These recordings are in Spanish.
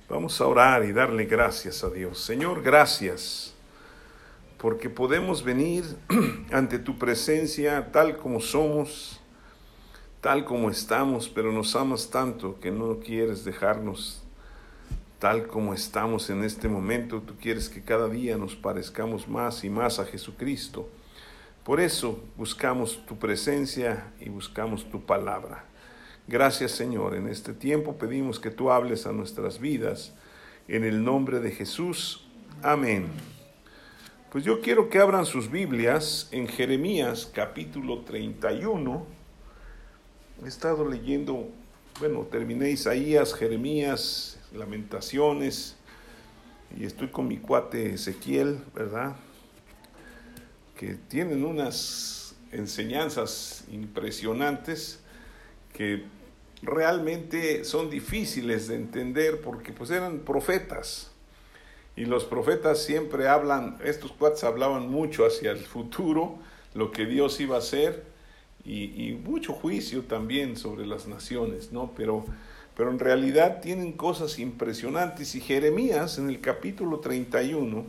Vamos a orar y darle gracias a Dios. Señor, gracias, porque podemos venir ante tu presencia tal como somos, tal como estamos, pero nos amas tanto que no quieres dejarnos tal como estamos en este momento. Tú quieres que cada día nos parezcamos más y más a Jesucristo. Por eso buscamos tu presencia y buscamos tu palabra. Gracias, Señor. En este tiempo pedimos que tú hables a nuestras vidas. En el nombre de Jesús. Amén. Pues yo quiero que abran sus Biblias en Jeremías capítulo 31. He estado leyendo, terminé Isaías, Jeremías, Lamentaciones, y estoy con mi cuate Ezequiel, ¿verdad? Que tienen unas enseñanzas impresionantes que realmente son difíciles de entender porque pues eran profetas. Y los profetas siempre hablan, estos cuates hablaban mucho hacia el futuro, lo que Dios iba a hacer, y mucho juicio también sobre las naciones, ¿no? Pero en realidad tienen cosas impresionantes. Y Jeremías en el capítulo 31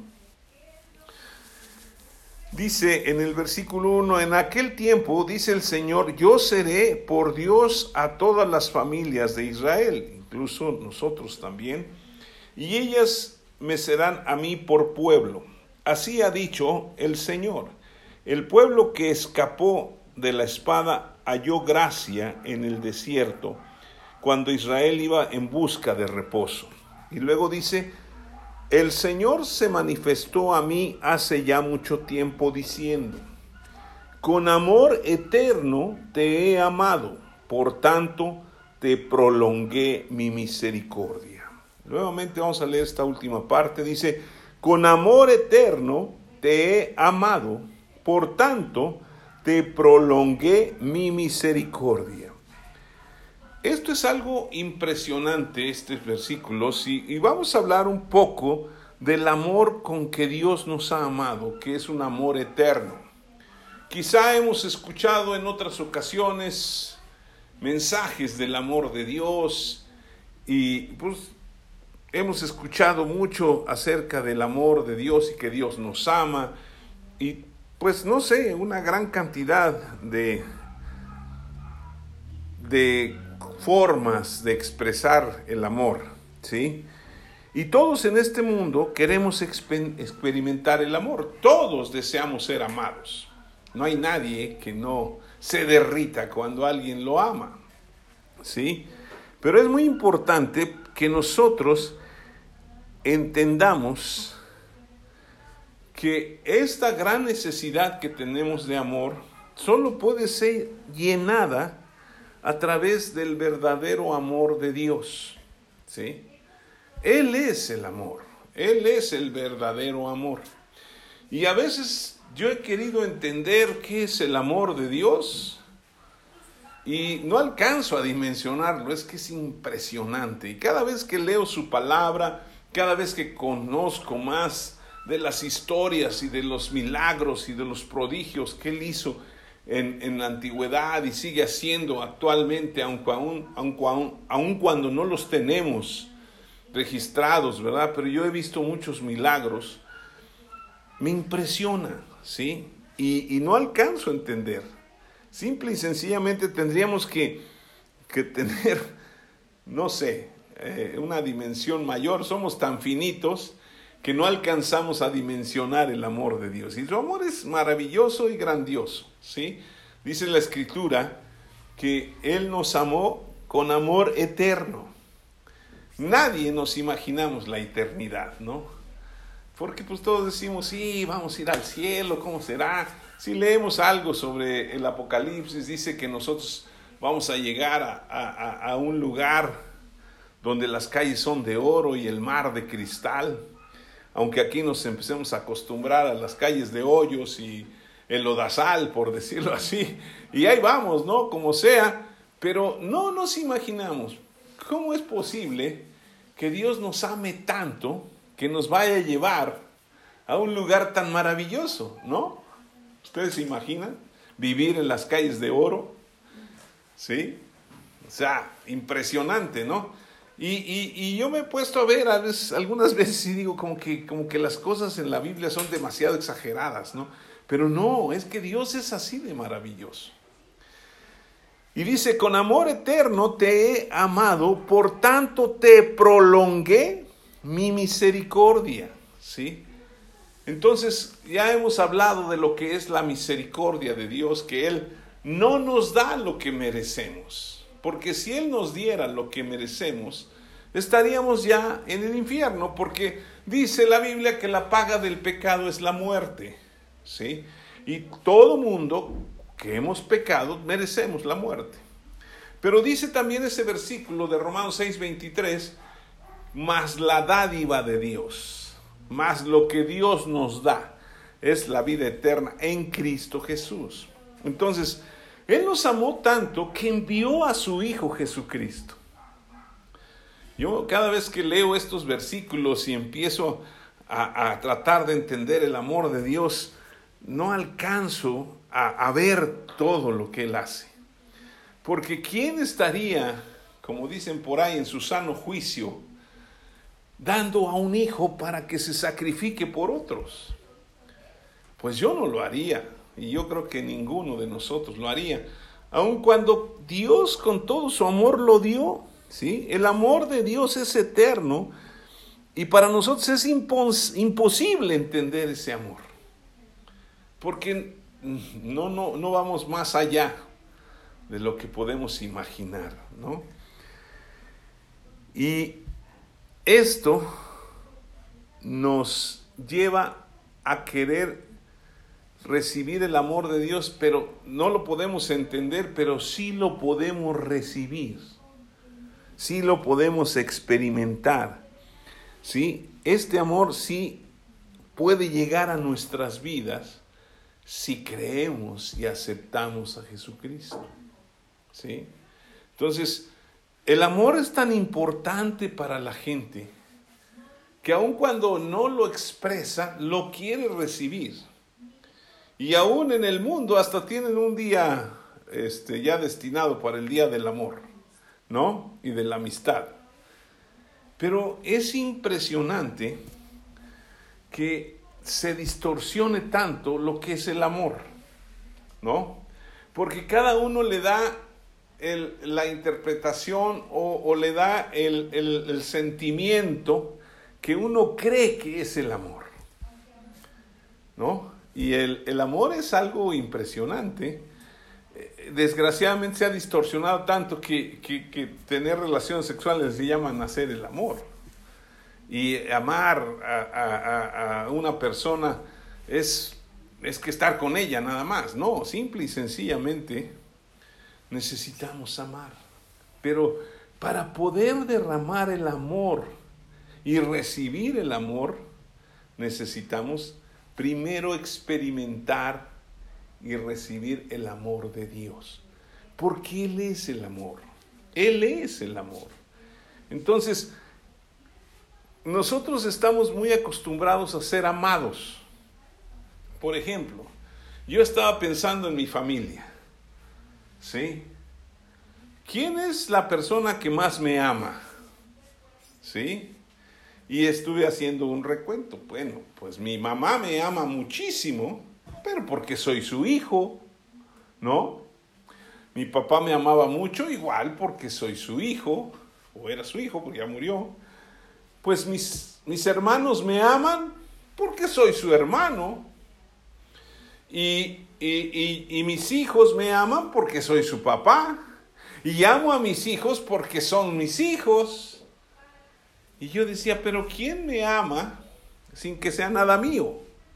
dice en el versículo 1, en aquel tiempo, dice el Señor, yo seré por Dios a todas las familias de Israel, incluso nosotros también, y ellas me serán a mí por pueblo. Así ha dicho el Señor. El pueblo que escapó de la espada halló gracia en el desierto, cuando Israel iba en busca de reposo. Y luego dice, el Señor se manifestó a mí hace ya mucho tiempo diciendo, con amor eterno te he amado, por tanto te prolongué mi misericordia. Nuevamente vamos a leer esta última parte. Dice, con amor eterno te he amado, por tanto te prolongué mi misericordia. Esto es algo impresionante, estos versículos, y vamos a hablar un poco del amor con que Dios nos ha amado, que es un amor eterno. Quizá hemos escuchado en otras ocasiones mensajes del amor de Dios, y pues hemos escuchado mucho acerca del amor de Dios y que Dios nos ama, y pues no sé, una gran cantidad de formas de expresar el amor, ¿sí? Y todos en este mundo queremos experimentar el amor. Todos deseamos ser amados. No hay nadie que no se derrita cuando alguien lo ama, ¿sí? Pero es muy importante que nosotros entendamos que esta gran necesidad que tenemos de amor solo puede ser llenada a través del verdadero amor de Dios, ¿sí? Él es el amor, Él es el verdadero amor. Y a veces yo he querido entender qué es el amor de Dios y no alcanzo a dimensionarlo, es que es impresionante. Y cada vez que leo su palabra, cada vez que conozco más de las historias y de los milagros y de los prodigios que Él hizo en la antigüedad y sigue haciendo actualmente, aun cuando no los tenemos registrados, ¿verdad? Pero yo he visto muchos milagros, me impresiona, ¿sí? Y no alcanzo a entender. Simple y sencillamente tendríamos que tener, no sé, una dimensión mayor. Somos tan finitos que no alcanzamos a dimensionar el amor de Dios. Y su amor es maravilloso y grandioso, ¿sí? Dice la Escritura que Él nos amó con amor eterno. Nadie nos imaginamos la eternidad, ¿no? Porque pues todos decimos, sí, vamos a ir al cielo, ¿cómo será? Si leemos algo sobre el Apocalipsis, dice que nosotros vamos a llegar a un lugar donde las calles son de oro y el mar de cristal. Aunque aquí nos empecemos a acostumbrar a las calles de hoyos y el lodazal, por decirlo así, y ahí vamos, ¿no? Como sea, pero no nos imaginamos cómo es posible que Dios nos ame tanto que nos vaya a llevar a un lugar tan maravilloso, ¿no? ¿Ustedes se imaginan vivir en las calles de oro? ¿Sí? O sea, impresionante, ¿no? Y yo me he puesto a ver algunas veces y digo como que las cosas en la Biblia son demasiado exageradas, ¿no? Pero no, es que Dios es así de maravilloso. Y dice, con amor eterno te he amado, por tanto te prolongué mi misericordia, ¿sí? Entonces ya hemos hablado de lo que es la misericordia de Dios, que Él no nos da lo que merecemos. Porque si Él nos diera lo que merecemos, estaríamos ya en el infierno, porque dice la Biblia que la paga del pecado es la muerte, ¿sí? Y todo mundo que hemos pecado merecemos la muerte. Pero dice también ese versículo de Romanos 6:23, más la dádiva de Dios, más lo que Dios nos da, es la vida eterna en Cristo Jesús. Entonces, Él nos amó tanto que envió a su Hijo Jesucristo. Yo cada vez que leo estos versículos y empiezo a tratar de entender el amor de Dios, no alcanzo a ver todo lo que Él hace. Porque ¿quién estaría, como dicen por ahí, en su sano juicio, dando a un hijo para que se sacrifique por otros? Pues yo no lo haría. Y yo creo que ninguno de nosotros lo haría. Aun cuando Dios con todo su amor lo dio, ¿sí? El amor de Dios es eterno y para nosotros es imposible entender ese amor. Porque no vamos más allá de lo que podemos imaginar, ¿no? Y esto nos lleva a querer recibir el amor de Dios, pero no lo podemos entender, pero sí lo podemos recibir, sí lo podemos experimentar, ¿sí? Este amor sí puede llegar a nuestras vidas si creemos y aceptamos a Jesucristo, ¿sí? Entonces, el amor es tan importante para la gente que aun cuando no lo expresa, lo quiere recibir. Y aún en el mundo hasta tienen un día ya destinado para el Día del Amor, ¿no? Y de la amistad. Pero es impresionante que se distorsione tanto lo que es el amor, ¿no? Porque cada uno le da la interpretación o le da el sentimiento que uno cree que es el amor, ¿no? Y el amor es algo impresionante. Desgraciadamente se ha distorsionado tanto que tener relaciones sexuales se llaman hacer el amor. Y amar a una persona es que estar con ella nada más. No, simple y sencillamente necesitamos amar. Pero para poder derramar el amor y recibir el amor, necesitamos primero experimentar y recibir el amor de Dios. Porque Él es el amor. Él es el amor. Entonces, nosotros estamos muy acostumbrados a ser amados. Por ejemplo, yo estaba pensando en mi familia, ¿sí? ¿Quién es la persona que más me ama? ¿Sí? Y estuve haciendo un recuento. Bueno, pues mi mamá me ama muchísimo, pero porque soy su hijo, ¿no? Mi papá me amaba mucho, igual porque soy su hijo, o era su hijo porque ya murió. Pues mis hermanos me aman porque soy su hermano. Y mis hijos me aman porque soy su papá. Y amo a mis hijos porque son mis hijos. Y yo decía, pero ¿quién me ama sin que sea nada mío?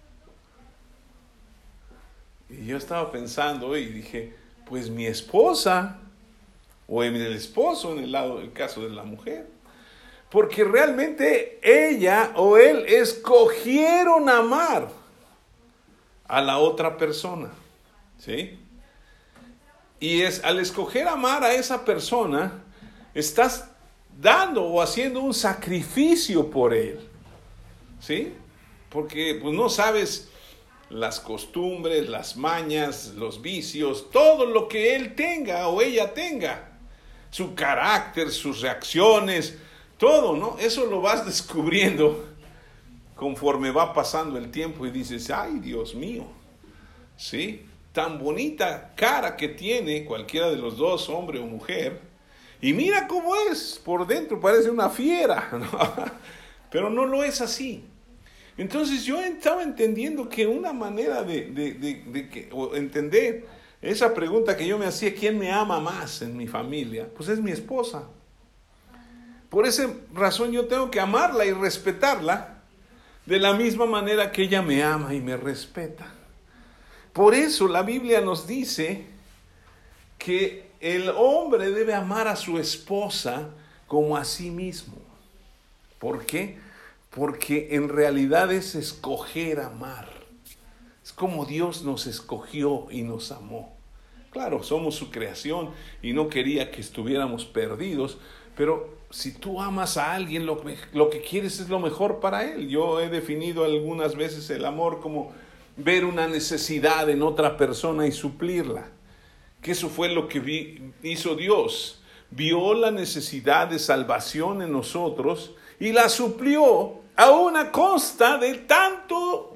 Y yo estaba pensando y dije, pues mi esposa, o el esposo en el caso de la mujer. Porque realmente ella o él escogieron amar a la otra persona, ¿sí? Y al escoger amar a esa persona, estás dando o haciendo un sacrificio por él, ¿sí? Porque pues no sabes las costumbres, las mañas, los vicios, todo lo que él tenga o ella tenga, su carácter, sus reacciones, Todo, ¿no? Eso lo vas descubriendo conforme va pasando el tiempo y dices, ay, Dios mío, ¿sí? Tan bonita cara que tiene cualquiera de los dos, hombre o mujer, y mira cómo es, por dentro parece una fiera, ¿no? Pero no lo es así. Entonces yo estaba entendiendo que una manera o entender esa pregunta que yo me hacía, ¿quién me ama más en mi familia? Pues es mi esposa. Por esa razón yo tengo que amarla y respetarla de la misma manera que ella me ama y me respeta. Por eso la Biblia nos dice que el hombre debe amar a su esposa como a sí mismo. ¿Por qué? Porque en realidad es escoger amar. Es como Dios nos escogió y nos amó. Claro, somos su creación y no quería que estuviéramos perdidos, pero si tú amas a alguien, lo que quieres es lo mejor para él. Yo he definido algunas veces el amor como ver una necesidad en otra persona y suplirla. Que eso fue lo que hizo Dios. Vio la necesidad de salvación en nosotros y la suplió a una costa de tanto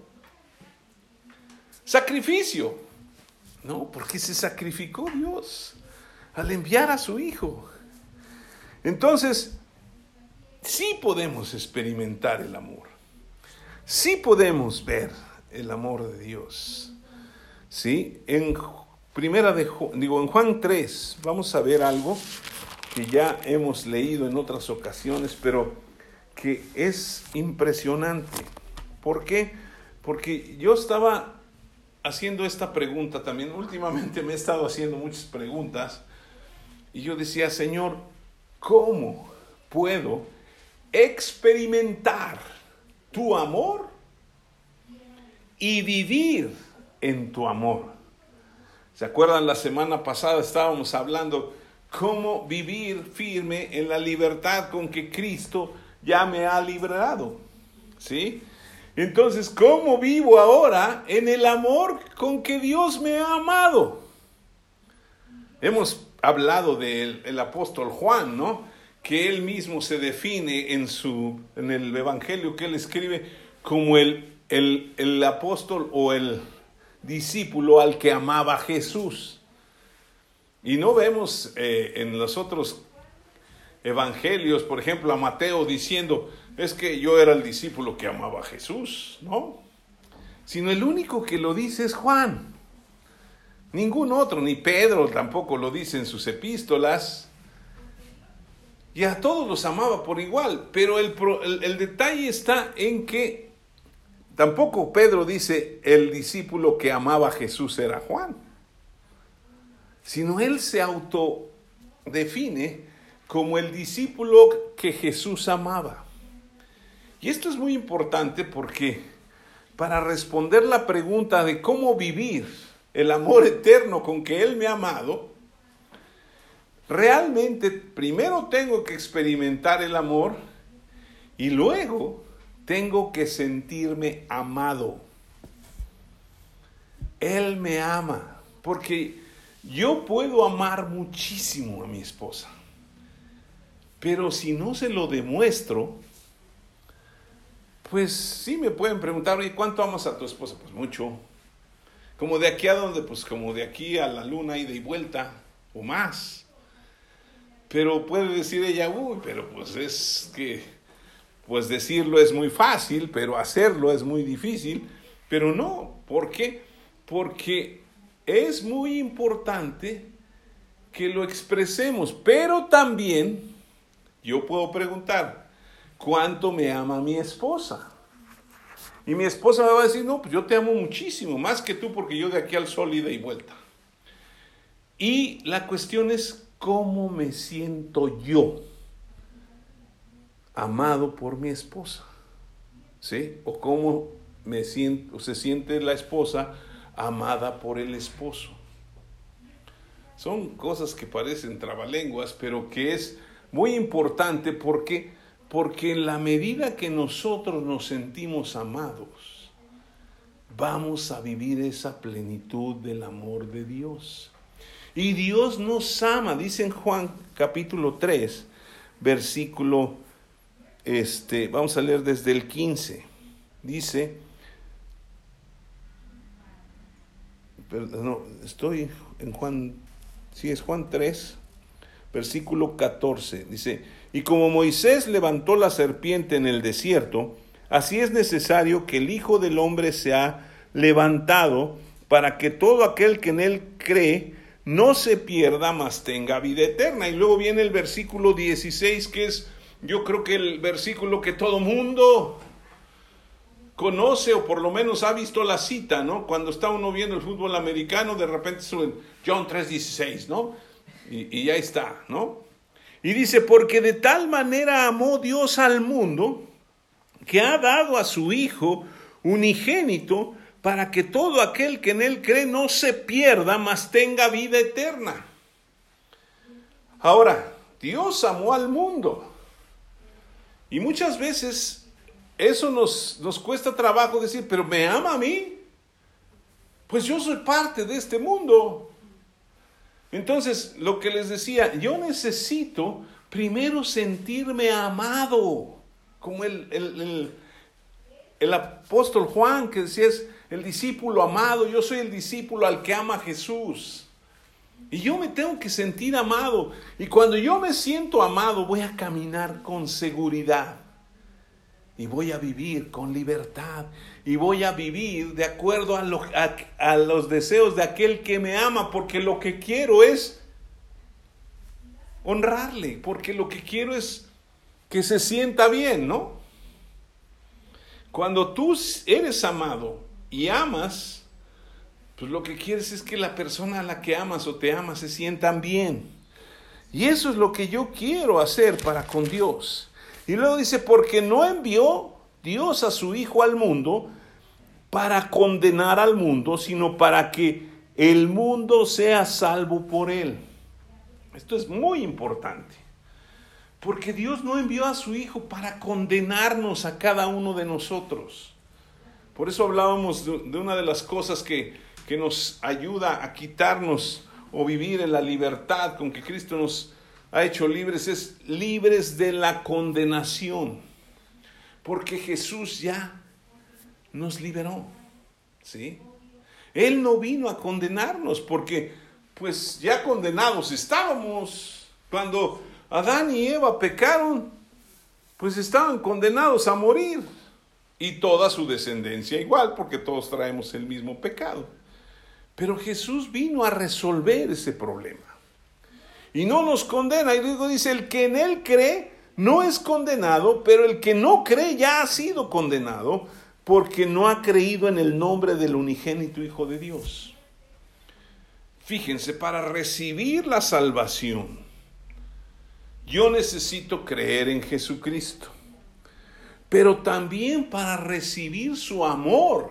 sacrificio. No, porque se sacrificó Dios al enviar a su Hijo. Entonces, sí podemos experimentar el amor. Sí podemos ver el amor de Dios. ¿Sí? En Juan 3, vamos a ver algo que ya hemos leído en otras ocasiones, pero que es impresionante. ¿Por qué? Porque yo estaba haciendo esta pregunta también. Últimamente me he estado haciendo muchas preguntas y yo decía, Señor, ¿cómo puedo experimentar tu amor y vivir en tu amor? ¿Se acuerdan? La semana pasada estábamos hablando cómo vivir firme en la libertad con que Cristo ya me ha librado, ¿sí? Entonces, ¿cómo vivo ahora en el amor con que Dios me ha amado? Hemos hablado del apóstol Juan, ¿no? Que él mismo se define en el evangelio que él escribe como el apóstol o el discípulo al que amaba Jesús. Y no vemos en los otros evangelios, por ejemplo, a Mateo diciendo, es que yo era el discípulo que amaba a Jesús, ¿no? Sino el único que lo dice es Juan. Ningún otro, ni Pedro tampoco lo dice en sus epístolas. Y a todos los amaba por igual, pero el detalle está en que tampoco Pedro dice el discípulo que amaba a Jesús era Juan, sino él se autodefine como el discípulo que Jesús amaba. Y esto es muy importante porque para responder la pregunta de cómo vivir el amor eterno con que Él me ha amado, realmente primero tengo que experimentar el amor y luego tengo que sentirme amado. Él me ama, porque yo puedo amar muchísimo a mi esposa, pero si no se lo demuestro, pues sí me pueden preguntar, oye, ¿cuánto amas a tu esposa? Pues mucho. ¿Como de aquí a dónde? Pues como de aquí a la luna, ida y vuelta, o más. Pero puede decir ella, uy, pero pues es que, pues decirlo es muy fácil, pero hacerlo es muy difícil. Pero no, ¿por qué? Porque es muy importante que lo expresemos, pero también yo puedo preguntar, ¿cuánto me ama mi esposa? Y mi esposa me va a decir, no, pues yo te amo muchísimo, más que tú, porque yo de aquí al sol ida y vuelta. Y la cuestión es, ¿cómo me siento yo amado por mi esposa? ¿Sí? O cómo me siento, o se siente la esposa amada por el esposo. Son cosas que parecen trabalenguas, pero que es muy importante porque en la medida que nosotros nos sentimos amados, vamos a vivir esa plenitud del amor de Dios. Y Dios nos ama, dice en Juan capítulo 3, versículo vamos a leer desde el 15. Dice, estoy en Juan, sí, es Juan 3, versículo 14. Dice, y como Moisés levantó la serpiente en el desierto, así es necesario que el Hijo del Hombre sea levantado, para que todo aquel que en él cree no se pierda, mas tenga vida eterna. Y luego viene el versículo 16, que es, yo creo que el versículo que todo mundo conoce, o por lo menos ha visto la cita, ¿no? Cuando está uno viendo el fútbol americano, de repente suben John 3:16, ¿no? Y ya está, ¿no? Y dice, porque de tal manera amó Dios al mundo, que ha dado a su Hijo unigénito, para que todo aquel que en él cree no se pierda, mas tenga vida eterna. Ahora, Dios amó al mundo. Y muchas veces eso nos cuesta trabajo decir, pero ¿me ama a mí? Pues yo soy parte de este mundo. Entonces, lo que les decía, yo necesito primero sentirme amado, como el apóstol Juan, que decía, es el discípulo amado. Yo soy el discípulo al que ama a Jesús. Y yo me tengo que sentir amado. Y cuando yo me siento amado, voy a caminar con seguridad. Y voy a vivir con libertad. Y voy a vivir de acuerdo a los deseos de aquel que me ama. Porque lo que quiero es honrarle. Porque lo que quiero es que se sienta bien, ¿no? Cuando tú eres amado y amas, pues lo que quieres es que la persona a la que amas o te amas se sientan bien. Y eso es lo que yo quiero hacer para con Dios. Y luego dice, porque no envió Dios a su Hijo al mundo para condenar al mundo, sino para que el mundo sea salvo por él. Esto es muy importante. Porque Dios no envió a su Hijo para condenarnos a cada uno de nosotros. Por eso hablábamos de una de las cosas que nos ayuda a quitarnos o vivir en la libertad con que Cristo nos ha hecho libres, es libres de la condenación. Porque Jesús ya nos liberó, ¿sí? Él no vino a condenarnos porque pues ya condenados estábamos. Cuando Adán y Eva pecaron, pues estaban condenados a morir. Y toda su descendencia igual, porque todos traemos el mismo pecado. Pero Jesús vino a resolver ese problema. Y no nos condena. Y luego dice, el que en él cree no es condenado, pero el que no cree ya ha sido condenado, porque no ha creído en el nombre del unigénito Hijo de Dios. Fíjense, para recibir la salvación, yo necesito creer en Jesucristo. Pero también para recibir su amor,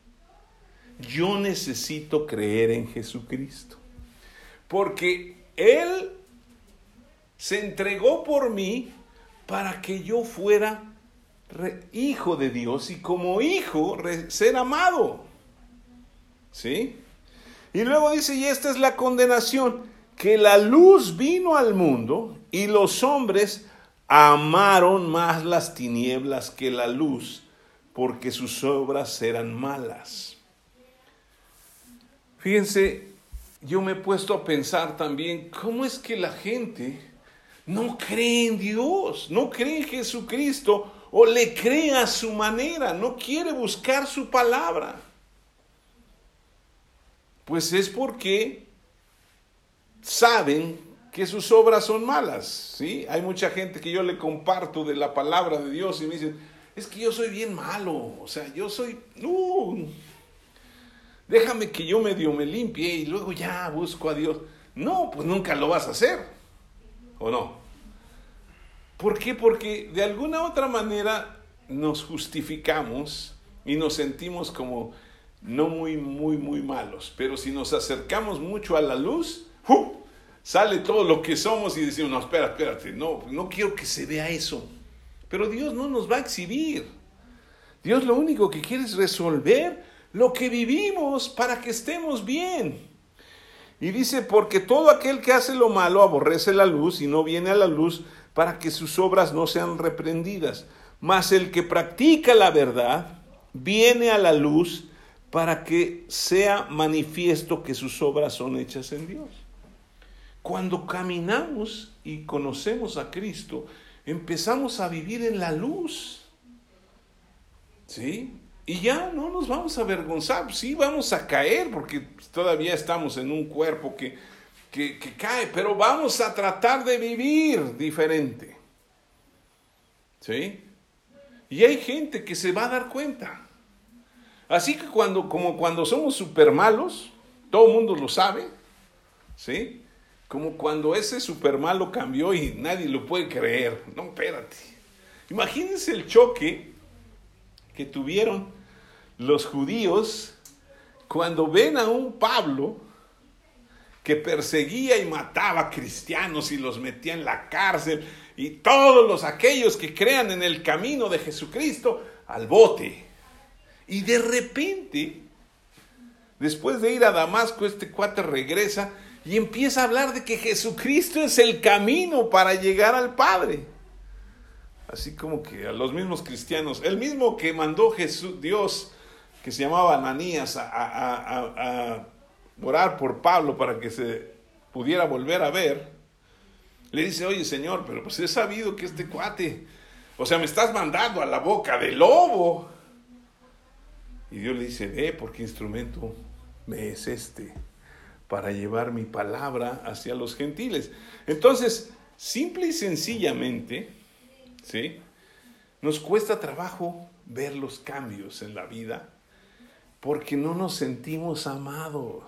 yo necesito creer en Jesucristo. Porque Él se entregó por mí para que yo fuera hijo de Dios y como hijo ser amado. ¿Sí? Y luego dice, y esta es la condenación, que la luz vino al mundo y los hombres amaron más las tinieblas que la luz, porque sus obras eran malas. Fíjense, yo me he puesto a pensar también, ¿cómo es que la gente no cree en Dios, no cree en Jesucristo, o le cree a su manera, no quiere buscar su palabra? Pues es porque saben que sus obras son malas, ¿sí? Hay mucha gente que yo le comparto de la palabra de Dios y me dicen, es que yo soy bien malo, o sea, yo soy, déjame que yo medio me limpie y luego ya busco a Dios. No, pues nunca lo vas a hacer, ¿o no? ¿Por qué? Porque de alguna otra manera nos justificamos y nos sentimos como no muy malos, pero si nos acercamos mucho a la luz, sale todo lo que somos y decimos, no, espérate, no quiero que se vea eso. Pero Dios no nos va a exhibir. Dios lo único que quiere es resolver lo que vivimos para que estemos bien. Y dice, porque todo aquel que hace lo malo aborrece la luz y no viene a la luz para que sus obras no sean reprendidas. Mas el que practica la verdad viene a la luz para que sea manifiesto que sus obras son hechas en Dios. Cuando caminamos y conocemos a Cristo, empezamos a vivir en la luz. ¿Sí? Y ya no nos vamos a avergonzar. Sí, vamos a caer porque todavía estamos en un cuerpo que cae, pero vamos a tratar de vivir diferente. ¿Sí? Y hay gente que se va a dar cuenta. Así que cuando somos súper malos, todo el mundo lo sabe, ¿sí? Como cuando ese súper malo cambió y nadie lo puede creer. No, espérate. Imagínense el choque que tuvieron los judíos cuando ven a un Pablo que perseguía y mataba a cristianos y los metía en la cárcel, y todos aquellos que crean en el camino de Jesucristo al bote. Y de repente, después de ir a Damasco, este cuate regresa y empieza a hablar de que Jesucristo es el camino para llegar al Padre. Así como que a los mismos cristianos, el mismo que mandó Dios, que se llamaba Ananías, a orar por Pablo para que se pudiera volver a ver, le dice: oye, Señor, pero pues he sabido que este cuate, o sea, me estás mandando a la boca del lobo. Y Dios le dice: ve, porque instrumento me es este para llevar mi palabra hacia los gentiles. Entonces, simple y sencillamente, ¿sí?, nos cuesta trabajo ver los cambios en la vida porque no nos sentimos amados.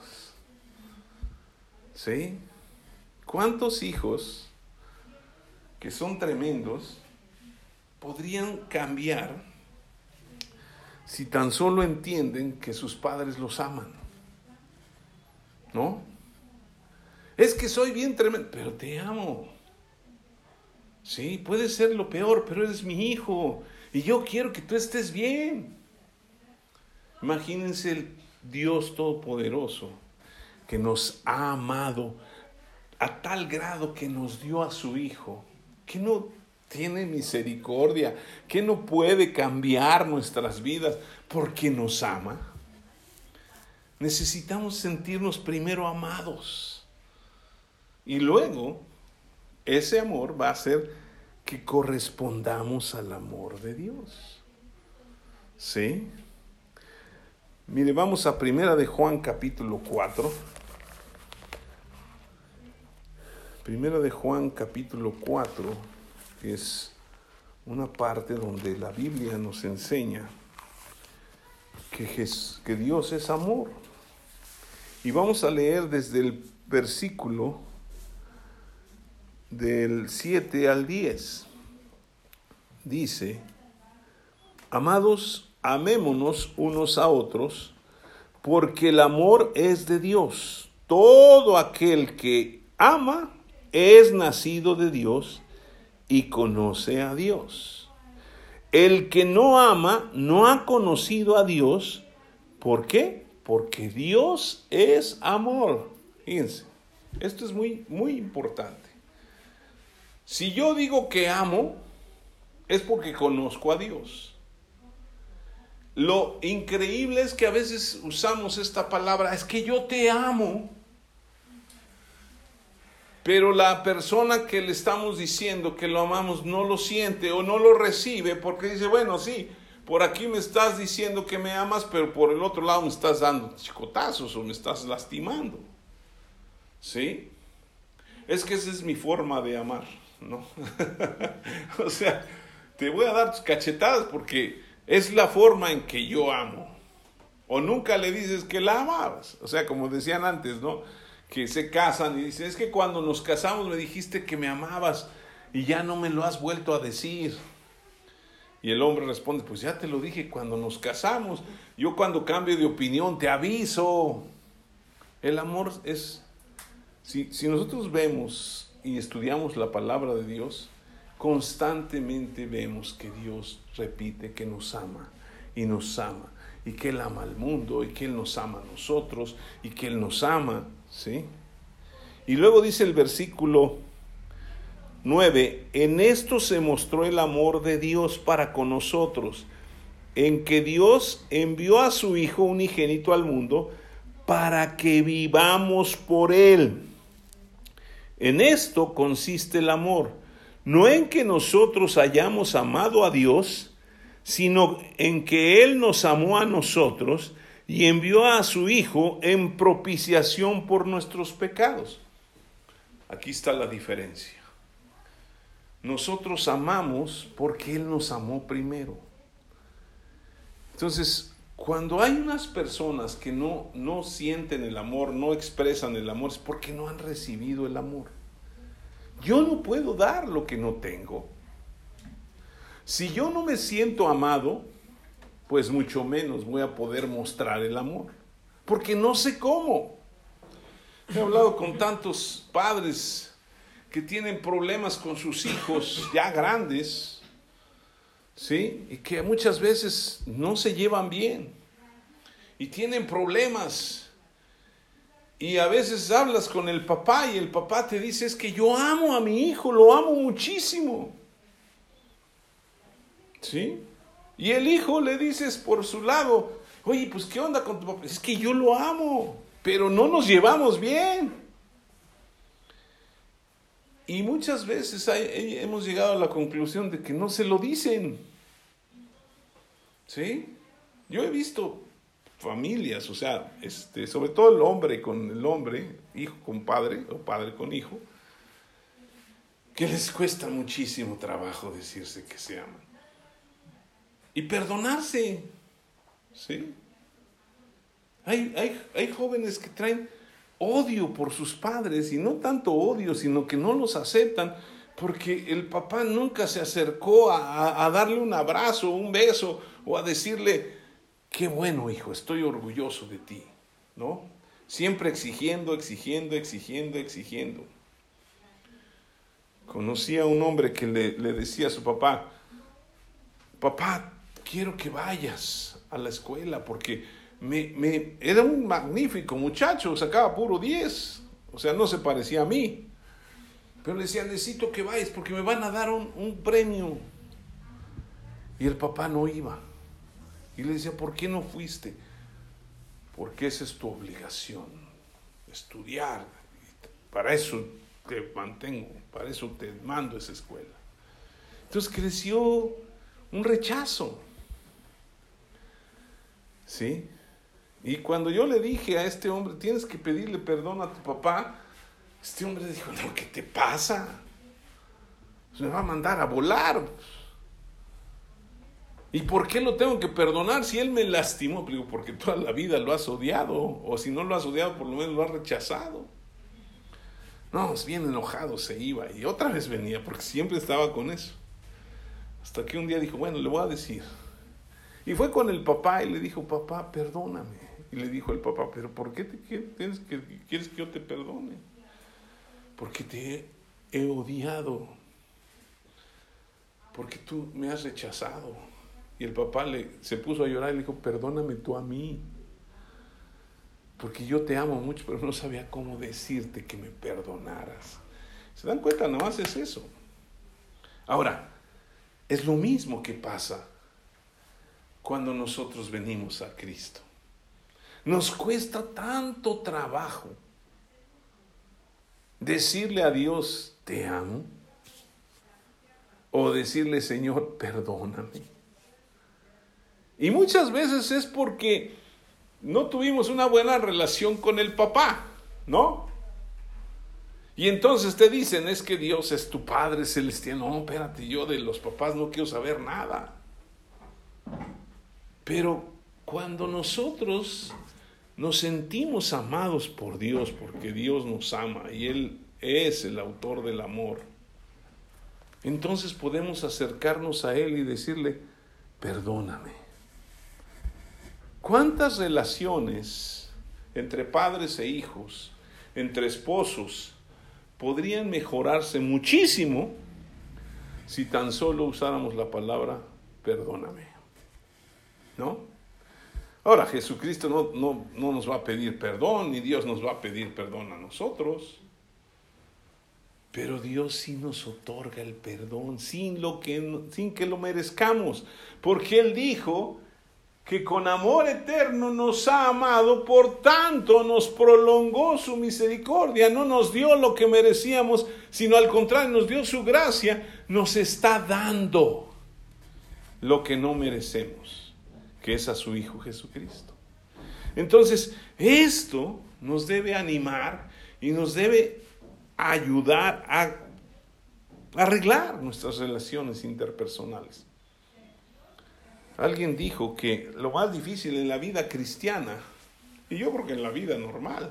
¿Sí? ¿Cuántos hijos que son tremendos podrían cambiar si tan solo entienden que sus padres los aman? ¿No? Es que soy bien tremendo, pero te amo. Sí, puede ser lo peor, pero eres mi hijo y yo quiero que tú estés bien. Imagínense el Dios Todopoderoso que nos ha amado a tal grado que nos dio a su Hijo, que no tiene misericordia, que no puede cambiar nuestras vidas porque nos ama. Necesitamos sentirnos primero amados y luego ese amor va a hacer que correspondamos al amor de Dios. ¿Sí? Mire, vamos a Primera de Juan capítulo 4. Primera de Juan capítulo 4 es una parte donde la Biblia nos enseña que Dios es amor. Y vamos a leer desde el versículo del 7 al 10. Dice: amados, amémonos unos a otros, porque el amor es de Dios. Todo aquel que ama es nacido de Dios y conoce a Dios. El que no ama no ha conocido a Dios. ¿Por qué? Porque Dios es amor. Fíjense, esto es muy, muy importante. Si yo digo que amo, es porque conozco a Dios. Lo increíble es que a veces usamos esta palabra: es que yo te amo. Pero la persona que le estamos diciendo que lo amamos no lo siente o no lo recibe, porque dice: bueno, sí, por aquí me estás diciendo que me amas, pero por el otro lado me estás dando chicotazos o me estás lastimando. ¿Sí? Es que esa es mi forma de amar, ¿no? O sea, te voy a dar tus cachetadas porque es la forma en que yo amo. O nunca le dices que la amabas. O sea, como decían antes, ¿no?, que se casan y dicen: es que cuando nos casamos me dijiste que me amabas y ya no me lo has vuelto a decir. Y el hombre responde: pues ya te lo dije cuando nos casamos. Yo cuando cambio de opinión te aviso. El amor es... Si nosotros vemos y estudiamos la palabra de Dios, constantemente vemos que Dios repite que nos ama y nos ama, y que Él ama al mundo, y que Él nos ama a nosotros, y que Él nos ama, ¿sí? Y luego dice el versículo 9, en esto se mostró el amor de Dios para con nosotros, en que Dios envió a su Hijo unigénito al mundo para que vivamos por Él. En esto consiste el amor, no en que nosotros hayamos amado a Dios, sino en que Él nos amó a nosotros y envió a su Hijo en propiciación por nuestros pecados. Aquí está la diferencia. Nosotros amamos porque Él nos amó primero. Entonces, cuando hay unas personas que no sienten el amor, no expresan el amor, es porque no han recibido el amor. Yo no puedo dar lo que no tengo. Si yo no me siento amado, pues mucho menos voy a poder mostrar el amor, porque no sé cómo. He hablado con tantos padres que tienen problemas con sus hijos ya grandes, ¿sí? Y que muchas veces no se llevan bien y tienen problemas. Y a veces hablas con el papá y el papá te dice, es que yo amo a mi hijo, lo amo muchísimo. ¿Sí? Y el hijo le dices por su lado, oye, pues ¿qué onda con tu papá? Es que yo lo amo, pero no nos llevamos bien. Y muchas veces hemos llegado a la conclusión de que no se lo dicen. ¿Sí? Yo he visto familias, o sea, sobre todo el hombre con el hombre, hijo con padre o padre con hijo, que les cuesta muchísimo trabajo decirse que se aman. Y perdonarse, ¿sí? Hay jóvenes que traen odio por sus padres, y no tanto odio, sino que no los aceptan, porque el papá nunca se acercó a darle un abrazo, un beso, o a decirle, qué bueno hijo, estoy orgulloso de ti, ¿no? Siempre exigiendo. Conocí a un hombre que le decía a su papá, papá, quiero que vayas a la escuela porque era un magnífico muchacho, sacaba puro 10, o sea, no se parecía a mí. Pero le decía, necesito que vayas porque me van a dar un premio. Y el papá no iba. Y le decía, ¿por qué no fuiste? Porque esa es tu obligación, estudiar. Para eso te mantengo, para eso te mando a esa escuela. Entonces creció un rechazo. ¿Sí? Y cuando yo le dije a este hombre, tienes que pedirle perdón a tu papá, este hombre dijo, no, ¿qué te pasa? Pues me va a mandar a volar. ¿Y por qué lo tengo que perdonar si él me lastimó? Digo, porque toda la vida lo has odiado, o si no lo has odiado, por lo menos lo has rechazado. No, bien enojado se iba, y otra vez venía, porque siempre estaba con eso. Hasta que un día dijo, bueno, le voy a decir. Y fue con el papá y le dijo, papá, perdóname. Y le dijo el papá, pero ¿por qué quieres que yo te perdone? Porque te he odiado. Porque tú me has rechazado. Y el papá se puso a llorar y le dijo, perdóname tú a mí. Porque yo te amo mucho, pero no sabía cómo decirte que me perdonaras. ¿Se dan cuenta? Nada más es eso. Ahora, es lo mismo que pasa cuando nosotros venimos a Cristo. Nos cuesta tanto trabajo decirle a Dios, te amo, o decirle, Señor, perdóname. Y muchas veces es porque no tuvimos una buena relación con el papá, ¿no? Y entonces te dicen, es que Dios es tu Padre Celestial. No, espérate, yo de los papás no quiero saber nada. Pero cuando nosotros nos sentimos amados por Dios, porque Dios nos ama y Él es el autor del amor, entonces podemos acercarnos a Él y decirle, perdóname. ¿Cuántas relaciones entre padres e hijos, entre esposos, podrían mejorarse muchísimo si tan solo usáramos la palabra perdóname? ¿No? Ahora, Jesucristo no nos va a pedir perdón, ni Dios nos va a pedir perdón a nosotros. Pero Dios sí nos otorga el perdón sin que lo merezcamos, porque Él dijo que con amor eterno nos ha amado, por tanto nos prolongó su misericordia, no nos dio lo que merecíamos, sino al contrario, nos dio su gracia, nos está dando lo que no merecemos, que es a su Hijo Jesucristo. Entonces, esto nos debe animar y nos debe ayudar a arreglar nuestras relaciones interpersonales. Alguien dijo que lo más difícil en la vida cristiana, y yo creo que en la vida normal,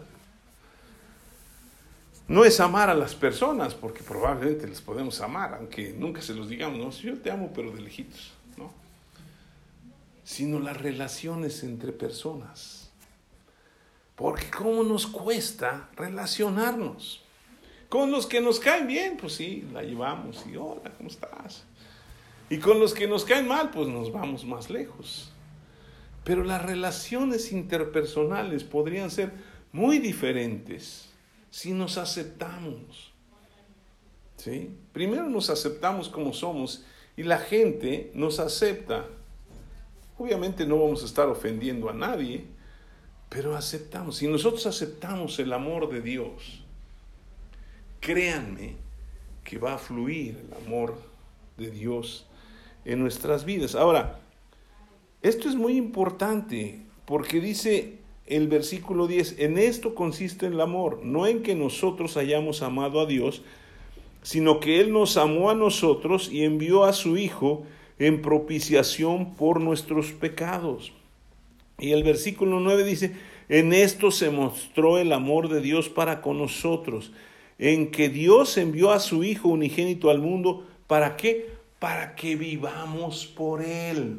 no es amar a las personas, porque probablemente les podemos amar, aunque nunca se los digamos, no, yo te amo pero de lejitos, ¿no? Sino las relaciones entre personas. Porque cómo nos cuesta relacionarnos. Con los que nos caen bien, pues sí, la llevamos y hola, ¿cómo estás? Y con los que nos caen mal, pues nos vamos más lejos. Pero las relaciones interpersonales podrían ser muy diferentes si nos aceptamos. ¿Sí? Primero nos aceptamos como somos y la gente nos acepta. Obviamente no vamos a estar ofendiendo a nadie, pero aceptamos. Si nosotros aceptamos el amor de Dios, créanme que va a fluir el amor de Dios en nuestras vidas. Ahora, esto es muy importante porque dice el versículo 10, en esto consiste el amor, no en que nosotros hayamos amado a Dios, sino que Él nos amó a nosotros y envió a su Hijo en propiciación por nuestros pecados. Y el versículo 9 dice, en esto se mostró el amor de Dios para con nosotros, en que Dios envió a su Hijo unigénito al mundo, ¿para qué? Para que vivamos por Él.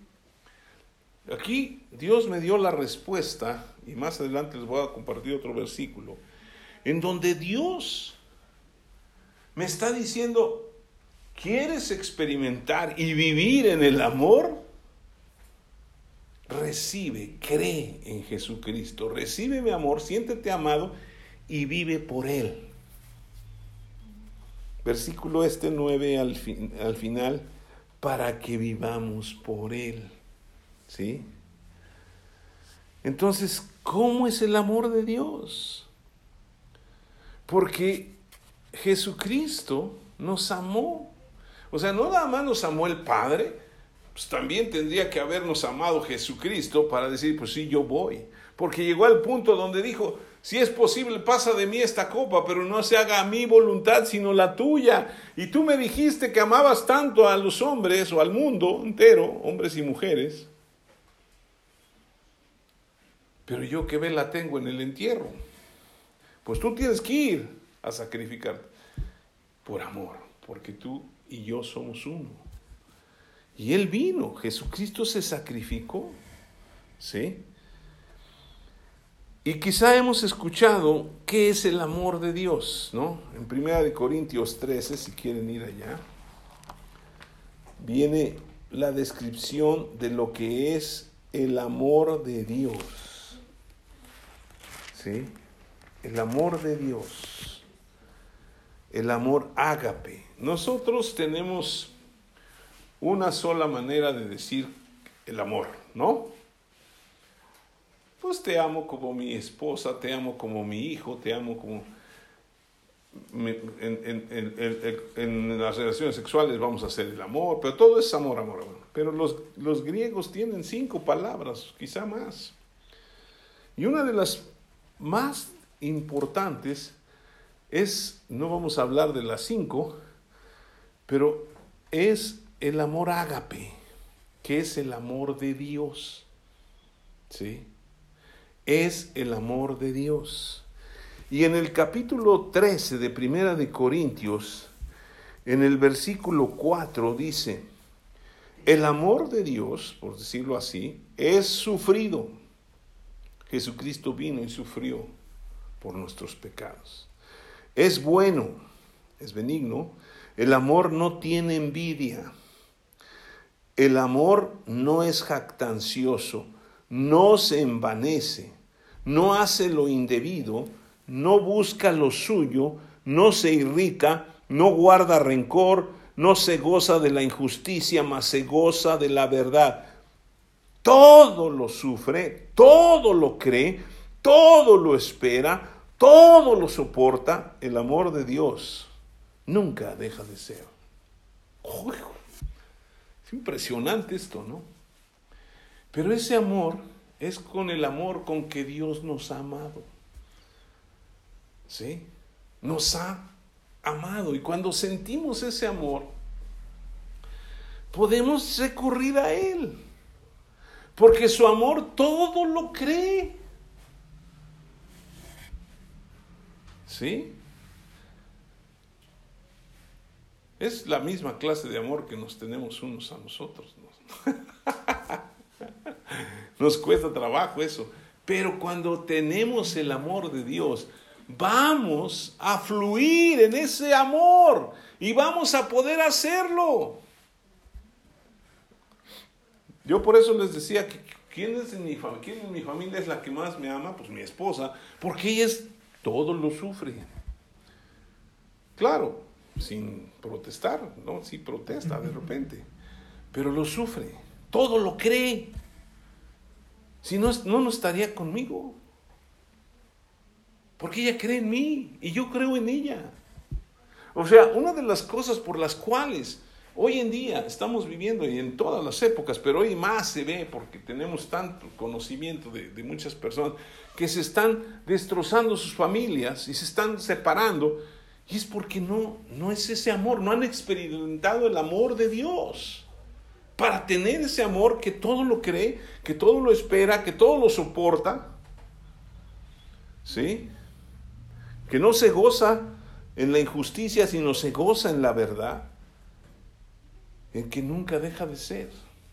Aquí Dios me dio la respuesta, y más adelante les voy a compartir otro versículo, en donde Dios me está diciendo, ¿quieres experimentar y vivir en el amor? Recibe, cree en Jesucristo, recibe mi amor, siéntete amado y vive por Él. Versículo 9 al final, para que vivamos por Él. ¿Sí? Entonces, ¿cómo es el amor de Dios? Porque Jesucristo nos amó. O sea, no nada más nos amó el Padre, pues también tendría que habernos amado Jesucristo para decir, pues sí, yo voy. Porque llegó al punto donde dijo, si es posible, pasa de mí esta copa, pero no se haga a mi voluntad, sino la tuya. Y tú me dijiste que amabas tanto a los hombres o al mundo entero, hombres y mujeres. Pero yo qué vela tengo en el entierro. Pues tú tienes que ir a sacrificarte por amor, porque tú y yo somos uno. Y Él vino, Jesucristo se sacrificó, ¿sí? Y quizá hemos escuchado qué es el amor de Dios, ¿no? En 1 Corintios 13, si quieren ir allá, viene la descripción de lo que es el amor de Dios, ¿sí? El amor de Dios, el amor ágape. Nosotros tenemos una sola manera de decir el amor, ¿no? Pues te amo como mi esposa, te amo como mi hijo, te amo como... En las relaciones sexuales vamos a hacer el amor, pero todo es amor, amor, amor. Pero los griegos tienen 5 palabras, quizá más. Y una de las más importantes es, no vamos a hablar de las 5, pero es el amor ágape, que es el amor de Dios, ¿sí? Es el amor de Dios. Y en el capítulo 13 de Primera de Corintios, en el versículo 4 dice, el amor de Dios, por decirlo así, es sufrido. Jesucristo vino y sufrió por nuestros pecados. Es bueno, es benigno. El amor no tiene envidia. El amor no es jactancioso, no se envanece, no hace lo indebido, no busca lo suyo, no se irrita, no guarda rencor, no se goza de la injusticia, mas se goza de la verdad. Todo lo sufre, todo lo cree, todo lo espera, todo lo soporta. El amor de Dios nunca deja de ser. Uy, es impresionante esto, ¿no? Pero ese amor es con el amor con que Dios nos ha amado. ¿Sí? Nos ha amado. Y cuando sentimos ese amor, podemos recurrir a Él. Porque su amor todo lo cree. ¿Sí? Es la misma clase de amor que nos tenemos unos a nosotros, ¿no? Nos cuesta trabajo eso. Pero cuando tenemos el amor de Dios, vamos a fluir en ese amor y vamos a poder hacerlo. Yo por eso les decía que ¿quién en mi familia es la que más me ama? Pues mi esposa, porque ella todo lo sufre. Claro, sin protestar, ¿no? Sí protesta de repente, pero lo sufre, todo lo cree. Si no, no estaría conmigo. Porque ella cree en mí y yo creo en ella. O sea, una de las cosas por las cuales hoy en día estamos viviendo, y en todas las épocas, pero hoy más se ve porque tenemos tanto conocimiento de muchas personas que se están destrozando sus familias y se están separando, y es porque no es ese amor, no han experimentado el amor de Dios. Para tener ese amor que todo lo cree, que todo lo espera, que todo lo soporta, ¿sí? Que no se goza en la injusticia, sino se goza en la verdad, en que nunca deja de ser.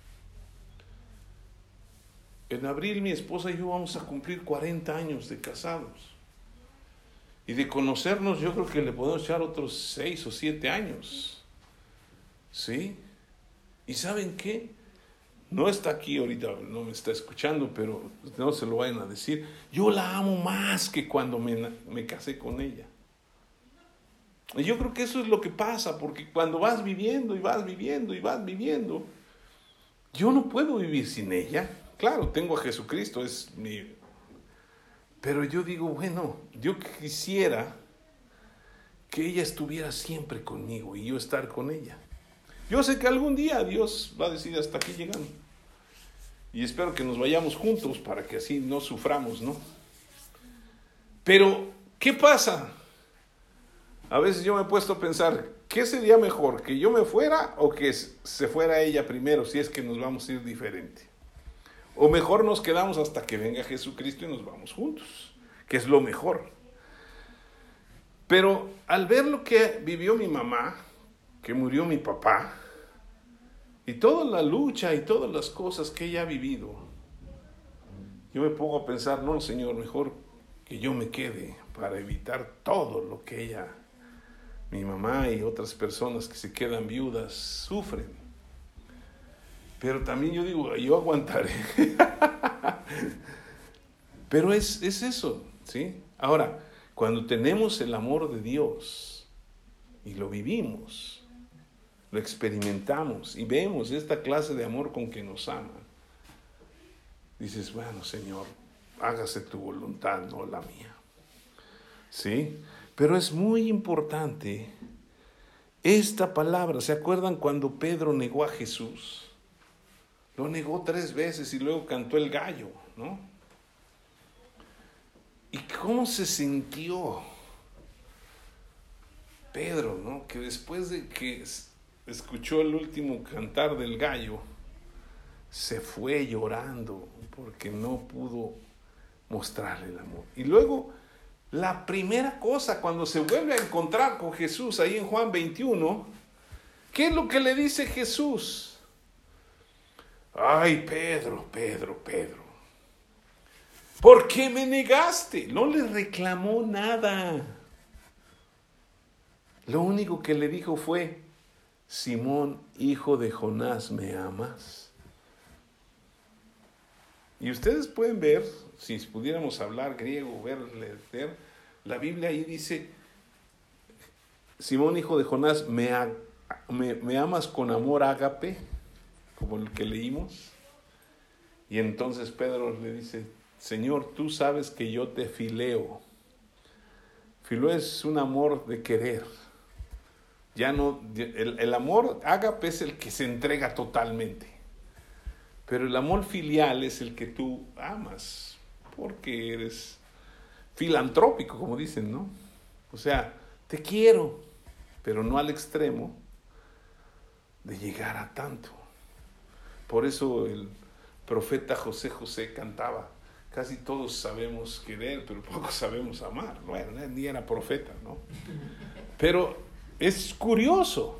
En abril mi esposa y yo vamos a cumplir 40 años de casados. Y de conocernos yo creo que le podemos echar otros 6 o 7 años. ¿Sí? ¿Y saben qué? No está aquí ahorita, no me está escuchando, pero no se lo vayan a decir. Yo la amo más que cuando me casé con ella. Y yo creo que eso es lo que pasa, porque cuando vas viviendo y vas viviendo y vas viviendo, yo no puedo vivir sin ella. Claro, tengo a Jesucristo, es mi... Pero yo digo, bueno, yo quisiera que ella estuviera siempre conmigo y yo estar con ella. Yo sé que algún día Dios va a decir hasta aquí llegando. Y espero que nos vayamos juntos para que así no suframos, ¿no? Pero, ¿qué pasa? A veces yo me he puesto a pensar, ¿qué sería mejor? ¿Que yo me fuera o que se fuera ella primero si es que nos vamos a ir diferente? O mejor nos quedamos hasta que venga Jesucristo y nos vamos juntos, que es lo mejor. Pero al ver lo que vivió mi mamá, que murió mi papá, y toda la lucha y todas las cosas que ella ha vivido, yo me pongo a pensar, no, Señor, mejor que yo me quede para evitar todo lo que ella, mi mamá y otras personas que se quedan viudas sufren. Pero también yo digo, yo aguantaré. Pero es eso, ¿sí? Ahora, cuando tenemos el amor de Dios y lo vivimos, lo experimentamos y vemos esta clase de amor con que nos aman, dices, bueno, Señor, hágase tu voluntad, no la mía. ¿Sí? Pero es muy importante esta palabra. ¿Se acuerdan cuando Pedro negó a Jesús? Lo negó 3 veces y luego cantó el gallo, ¿no? ¿Y cómo se sintió Pedro, ¿no? Que después de que escuchó el último cantar del gallo, se fue llorando porque no pudo mostrarle el amor. Y luego, la primera cosa, cuando se vuelve a encontrar con Jesús ahí en Juan 21, ¿qué es lo que le dice Jesús? Ay, Pedro, ¿por qué me negaste? No le reclamó nada. Lo único que le dijo fue, Simón, hijo de Jonás, ¿me amas? Y ustedes pueden ver, si pudiéramos hablar griego, leer, la Biblia ahí dice, Simón, hijo de Jonás, ¿me amas con amor ágape, como el que leímos? Y entonces Pedro le dice, Señor, tú sabes que yo te fileo. Fileo es un amor de querer. Ya no, el amor ágape es el que se entrega totalmente. Pero el amor filial es el que tú amas, porque eres filantrópico, como dicen, ¿no? O sea, te quiero, pero no al extremo de llegar a tanto. Por eso el profeta José José cantaba, casi todos sabemos querer, pero pocos sabemos amar. Bueno, él ni era profeta, ¿no? Pero es curioso.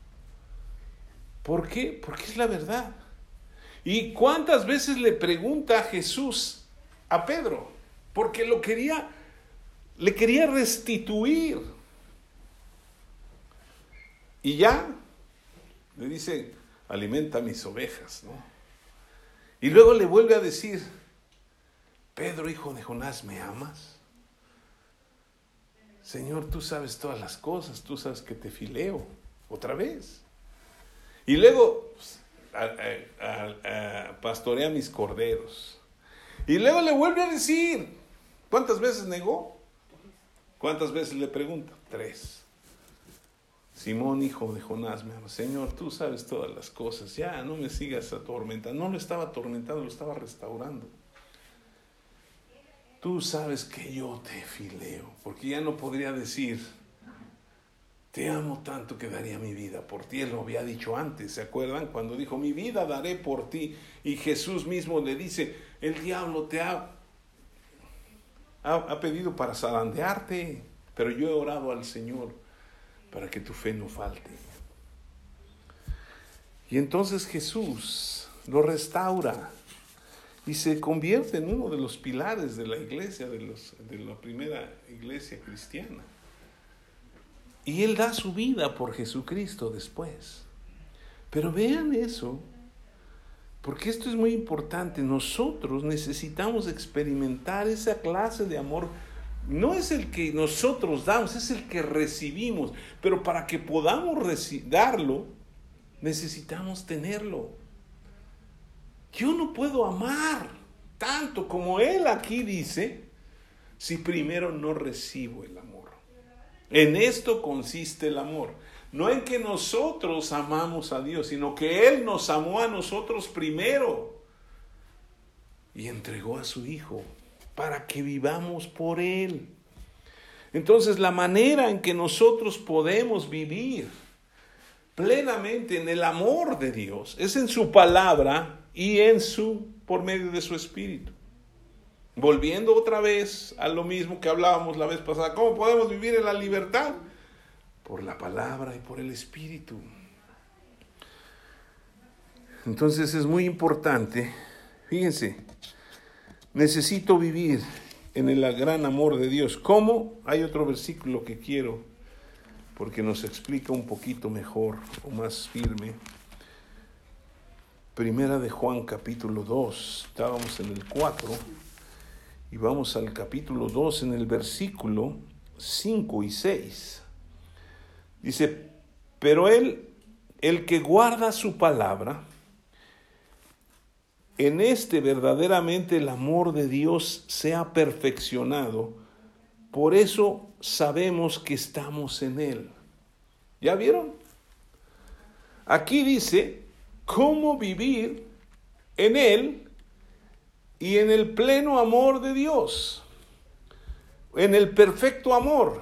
¿Por qué? Porque es la verdad. ¿Y cuántas veces le pregunta a Jesús a Pedro? Porque le quería restituir. Y ya le dice, alimenta mis ovejas, ¿no? Y luego le vuelve a decir, Pedro, hijo de Jonás, ¿me amas? Señor, tú sabes todas las cosas, tú sabes que te fileo, otra vez. Y luego pastorea mis corderos. Y luego le vuelve a decir, ¿cuántas veces negó? ¿Cuántas veces le pregunta? 3. Simón, hijo de Jonás, me ama. Señor, tú sabes todas las cosas, ya no me sigas atormentando. No lo estaba atormentando, lo estaba restaurando. Tú sabes que yo te fileo, porque ya no podría decir, te amo tanto que daría mi vida por ti. Él lo había dicho antes, ¿se acuerdan? Cuando dijo, mi vida daré por ti. Y Jesús mismo le dice, el diablo te ha pedido para zarandearte, pero yo he orado al Señor para que tu fe no falte. Y entonces Jesús lo restaura y se convierte en uno de los pilares de la iglesia, de la primera iglesia cristiana. Y Él da su vida por Jesucristo después. Pero vean eso, porque esto es muy importante. Nosotros necesitamos experimentar esa clase de amor. No es el que nosotros damos, es el que recibimos. Pero para que podamos darlo, necesitamos tenerlo. Yo no puedo amar tanto como Él aquí dice, si primero no recibo el amor. En esto consiste el amor. No en que nosotros amamos a Dios, sino que Él nos amó a nosotros primero y entregó a su Hijo para que vivamos por Él. Entonces, la manera en que nosotros podemos vivir plenamente en el amor de Dios es en su palabra y por medio de su Espíritu. Volviendo otra vez a lo mismo que hablábamos la vez pasada, ¿cómo podemos vivir en la libertad? Por la palabra y por el Espíritu. Entonces es muy importante, fíjense, necesito vivir en el gran amor de Dios. ¿Cómo? Hay otro versículo que quiero, porque nos explica un poquito mejor o más firme. Primera de Juan, capítulo 2, estábamos en el 4, y vamos al capítulo 2 en el versículo 5 y 6. Dice, pero el que guarda su palabra, en este verdaderamente el amor de Dios se ha perfeccionado, por eso sabemos que estamos en Él. ¿Ya vieron? Aquí dice cómo vivir en Él y en el pleno amor de Dios, en el perfecto amor.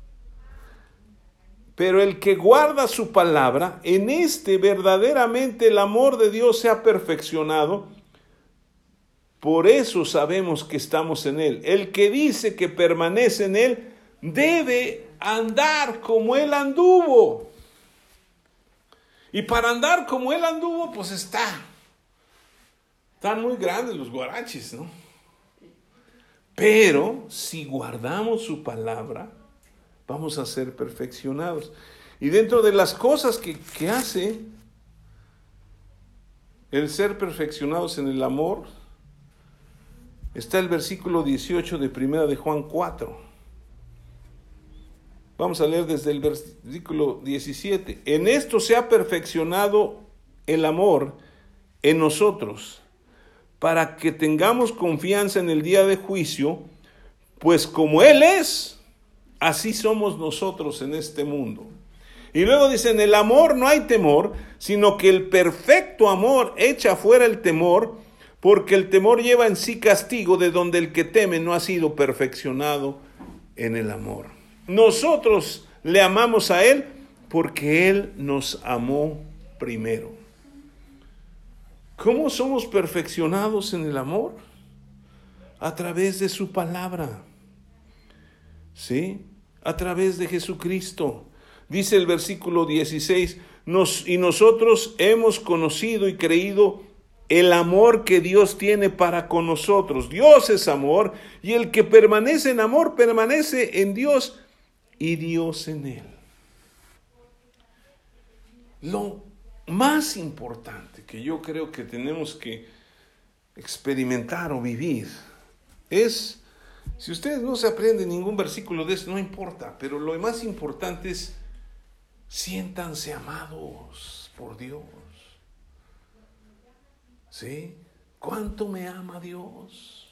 Pero el que guarda su palabra, en este verdaderamente el amor de Dios se ha perfeccionado, por eso sabemos que estamos en Él. El que dice que permanece en Él, debe andar como Él anduvo. Y para andar como Él anduvo, pues están muy grandes los guaraches, ¿no? Pero si guardamos su palabra, vamos a ser perfeccionados. Y dentro de las cosas que hace el ser perfeccionados en el amor, está el versículo 18 de Primera de Juan 4. Vamos a leer desde el versículo 17. En esto se ha perfeccionado el amor en nosotros, para que tengamos confianza en el día de juicio, pues como Él es, así somos nosotros en este mundo. Y luego dice, en el amor no hay temor, sino que el perfecto amor echa fuera el temor, porque el temor lleva en sí castigo, de donde el que teme no ha sido perfeccionado en el amor. Nosotros le amamos a Él porque Él nos amó primero. ¿Cómo somos perfeccionados en el amor? A través de su palabra, ¿sí? A través de Jesucristo. Dice el versículo 16, y nosotros hemos conocido y creído el amor que Dios tiene para con nosotros. Dios es amor, y el que permanece en amor permanece en Dios y Dios en él. Lo más importante que yo creo que tenemos que experimentar o vivir es, si ustedes no se aprenden ningún versículo de eso, no importa, pero lo más importante es, siéntanse amados por Dios. ¿Sí? ¿Cuánto me ama Dios?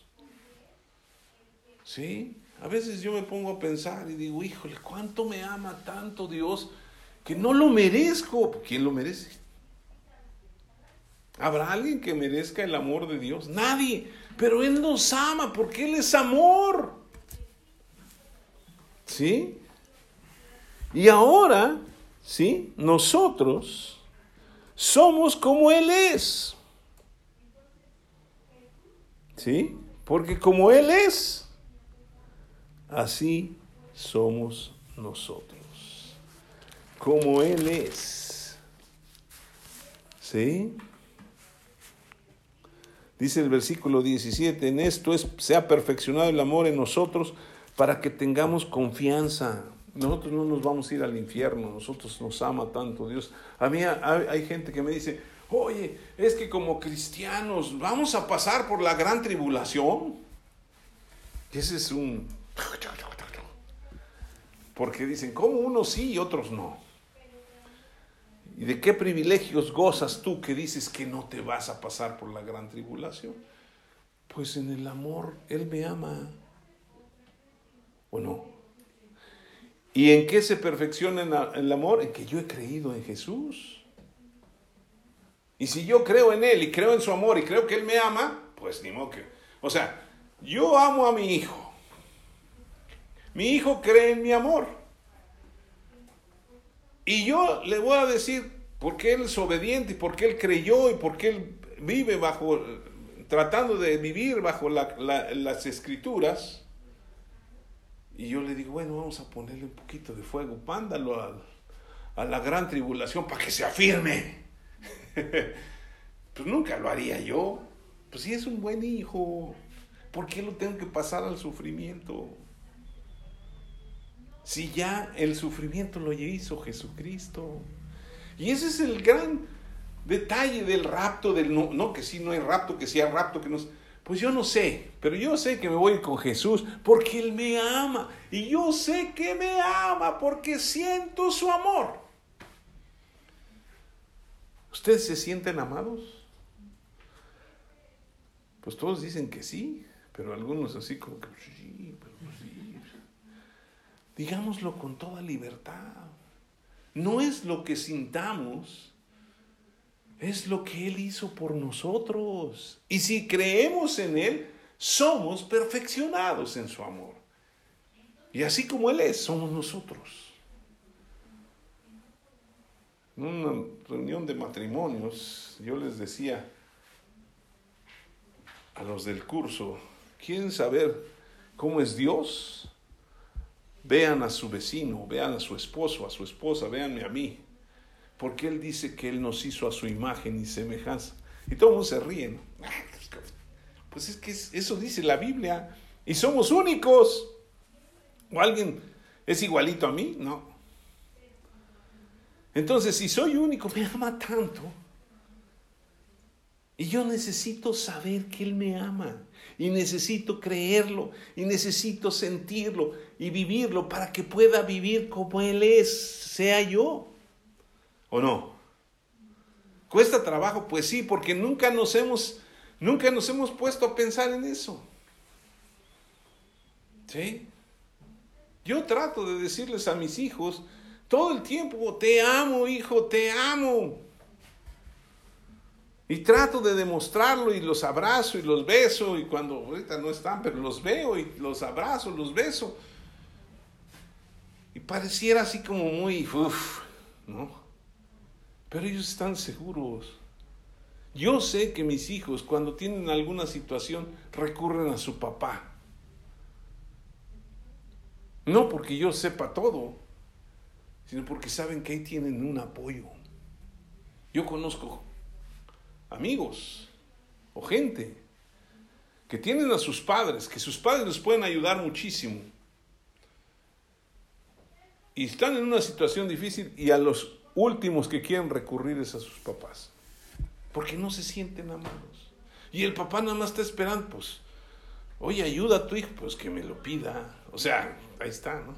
¿Sí? A veces yo me pongo a pensar y digo, híjole, ¿cuánto me ama tanto Dios que no lo merezco? ¿Quién lo merece? ¿Habrá alguien que merezca el amor de Dios? Nadie. Pero Él nos ama porque Él es amor. ¿Sí? Y ahora, ¿sí? Nosotros somos como Él es. ¿Sí? Porque como Él es, así somos nosotros. Como Él es. ¿Sí? Dice el versículo 17, en esto se ha perfeccionado el amor en nosotros para que tengamos confianza. Nosotros no nos vamos a ir al infierno, nosotros nos ama tanto Dios. A mí hay gente que me dice, oye, es que como cristianos vamos a pasar por la gran tribulación. Y ese es un... Porque dicen, ¿cómo unos sí y otros no? ¿Y de qué privilegios gozas tú que dices que no te vas a pasar por la gran tribulación? Pues en el amor, Él me ama. ¿O no? ¿Y en qué se perfecciona el amor? En que yo he creído en Jesús. Y si yo creo en Él y creo en su amor y creo que Él me ama, pues ni modo que... O sea, yo amo a mi hijo. Mi hijo cree en mi amor. Y yo le voy a decir por qué Él es obediente y por qué Él creyó y por qué Él vive tratando de vivir bajo las escrituras. Y yo le digo, bueno, vamos a ponerle un poquito de fuego, mándalo a la gran tribulación para que se afirme. Pues nunca lo haría yo. Pues si es un buen hijo, ¿por qué lo tengo que pasar al sufrimiento? Si ya el sufrimiento lo hizo Jesucristo. Y ese es el gran detalle del rapto, no que sí no hay rapto, que sí hay rapto, que no. Pues yo no sé, pero yo sé que me voy con Jesús porque Él me ama. Y yo sé que me ama porque siento su amor. ¿Ustedes se sienten amados? Pues todos dicen que sí, pero algunos así como que sí, pero sí. Digámoslo con toda libertad. No es lo que sintamos, es lo que Él hizo por nosotros. Y si creemos en Él, somos perfeccionados en su amor. Y así como Él es, somos nosotros. En una reunión de matrimonios, yo les decía a los del curso, ¿quieren saber cómo es Dios? Vean a su vecino, vean a su esposo, a su esposa, véanme a mí. Porque Él dice que Él nos hizo a su imagen y semejanza. Y todo el mundo se ríe, ¿no? Pues es que eso dice la Biblia. Y somos únicos. ¿O alguien es igualito a mí? No. Entonces, si soy único, me ama tanto. Y yo necesito saber que Él me ama. Y necesito creerlo. Y necesito sentirlo y vivirlo para que pueda vivir como Él es, sea yo. ¿O no? ¿Cuesta trabajo? Pues sí, porque nunca nos hemos puesto a pensar en eso. ¿Sí? Yo trato de decirles a mis hijos todo el tiempo: te amo, hijo, te amo. Y trato de demostrarlo y los abrazo y los beso, y cuando ahorita no están, pero los veo y los abrazo, los beso. Y pareciera así como muy, ¿no? Pero ellos están seguros. Yo sé que mis hijos, cuando tienen alguna situación, recurren a su papá. No porque yo sepa todo, sino porque saben que ahí tienen un apoyo. Yo conozco amigos o gente que tienen a sus padres, que sus padres les pueden ayudar muchísimo, y están en una situación difícil, y a los últimos que quieren recurrir es a sus papás, porque no se sienten amados. Y el papá nada más está esperando, pues, oye, ayuda a tu hijo, pues que me lo pida. O sea, ahí está, ¿no?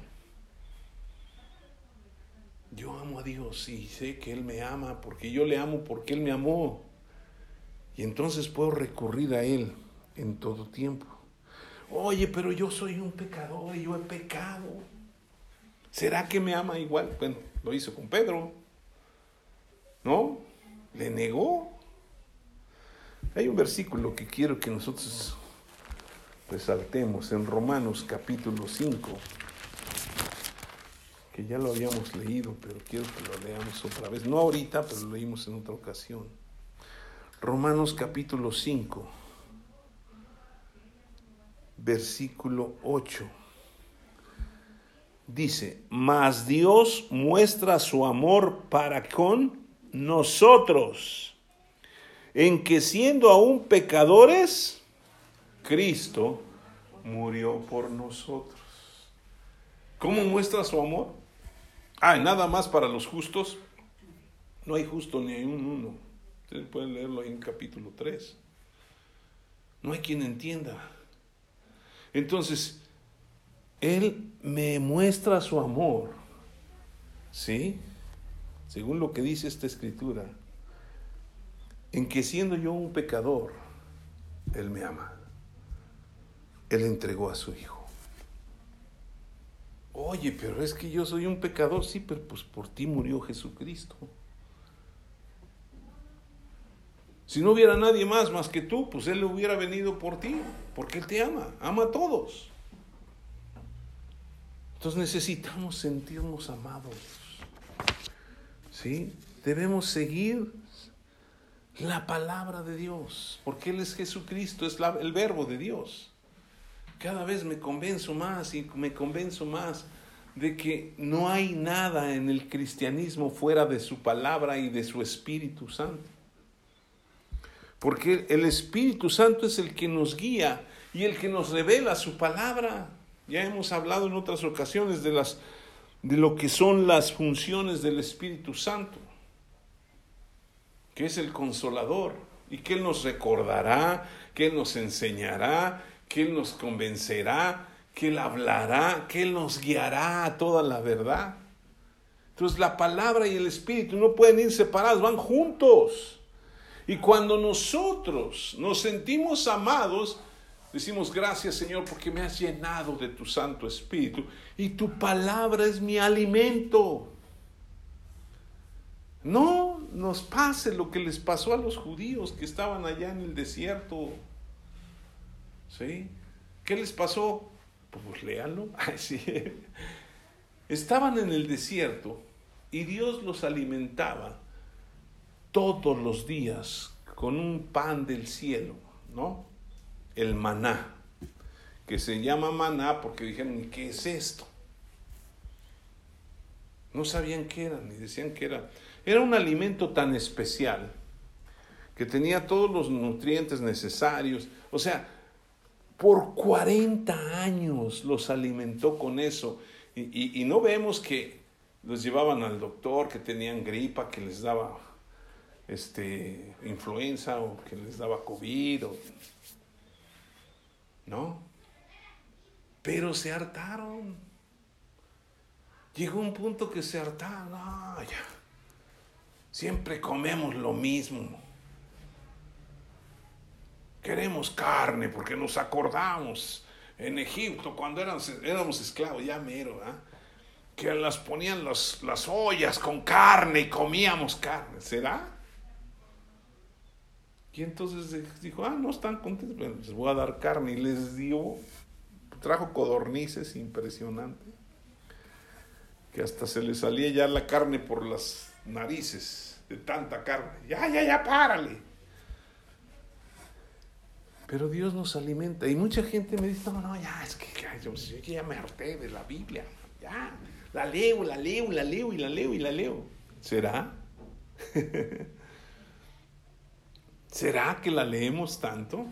Yo amo a Dios y sé que Él me ama porque yo le amo, porque Él me amó. Y entonces puedo recurrir a Él en todo tiempo. Oye, pero yo soy un pecador y yo he pecado. ¿Será que me ama igual? Bueno, lo hizo con Pedro, ¿no? Le negó. Hay un versículo que quiero que nosotros resaltemos en Romanos capítulo 5, que ya lo habíamos leído, pero quiero que lo leamos otra vez. No ahorita, pero lo leímos en otra ocasión. Romanos capítulo 5, versículo 8. Dice: mas Dios muestra su amor para con nosotros, en que siendo aún pecadores, Cristo murió por nosotros. ¿Cómo muestra su amor? Nada más para los justos. No hay justo ni hay un uno. Ustedes pueden leerlo ahí en capítulo 3. No hay quien entienda. Entonces, Él me muestra su amor, ¿sí? Según lo que dice esta escritura, en que siendo yo un pecador, Él me ama. Él entregó a su Hijo. Oye, pero es que yo soy un pecador. Sí, pero pues por ti murió Jesucristo. Si no hubiera nadie más que tú, pues Él hubiera venido por ti, porque Él te ama a todos. Entonces necesitamos sentirnos amados, ¿sí? Debemos seguir la palabra de Dios, porque Él es Jesucristo, es el verbo de Dios. Cada vez me convenzo más y me convenzo más de que no hay nada en el cristianismo fuera de su palabra y de su Espíritu Santo. Porque el Espíritu Santo es el que nos guía y el que nos revela su palabra. Ya hemos hablado en otras ocasiones de lo que son las funciones del Espíritu Santo, que es el Consolador, y que Él nos recordará, que Él nos enseñará, que Él nos convencerá, que Él hablará, que Él nos guiará a toda la verdad. Entonces la palabra y el Espíritu no pueden ir separados, van juntos. Y cuando nosotros nos sentimos amados, decimos: gracias, Señor, porque me has llenado de tu Santo Espíritu y tu palabra es mi alimento. No nos pase lo que les pasó a los judíos que estaban allá en el desierto. ¿Sí? ¿Qué les pasó? Pues léanlo. Sí. Estaban en el desierto y Dios los alimentaba todos los días con un pan del cielo, ¿no? El maná, que se llama maná porque dijeron: ¿qué es esto? No sabían qué era, ni decían qué era. Era un alimento tan especial que tenía todos los nutrientes necesarios. O sea, por 40 años los alimentó con eso. Y no vemos que los llevaban al doctor, que tenían gripa, que les daba influenza o que les daba COVID, ¿no? Pero se hartaron. Llegó un punto que se hartaron. No, ya. Siempre comemos lo mismo. Queremos carne porque nos acordamos en Egipto cuando éramos esclavos, ya mero, ¿eh? Que las ponían las ollas con carne y comíamos carne. ¿Será? Y entonces dijo, no están contentos, bueno, les voy a dar carne. Y les dio, trajo codornices impresionante, que hasta se les salía ya la carne por las narices de tanta carne. Ya, párale. Pero Dios nos alimenta. Y mucha gente me dice, no, ya, es que yo ya me harté de la Biblia. Ya, la leo. ¿Será? ¿Será que la leemos tanto?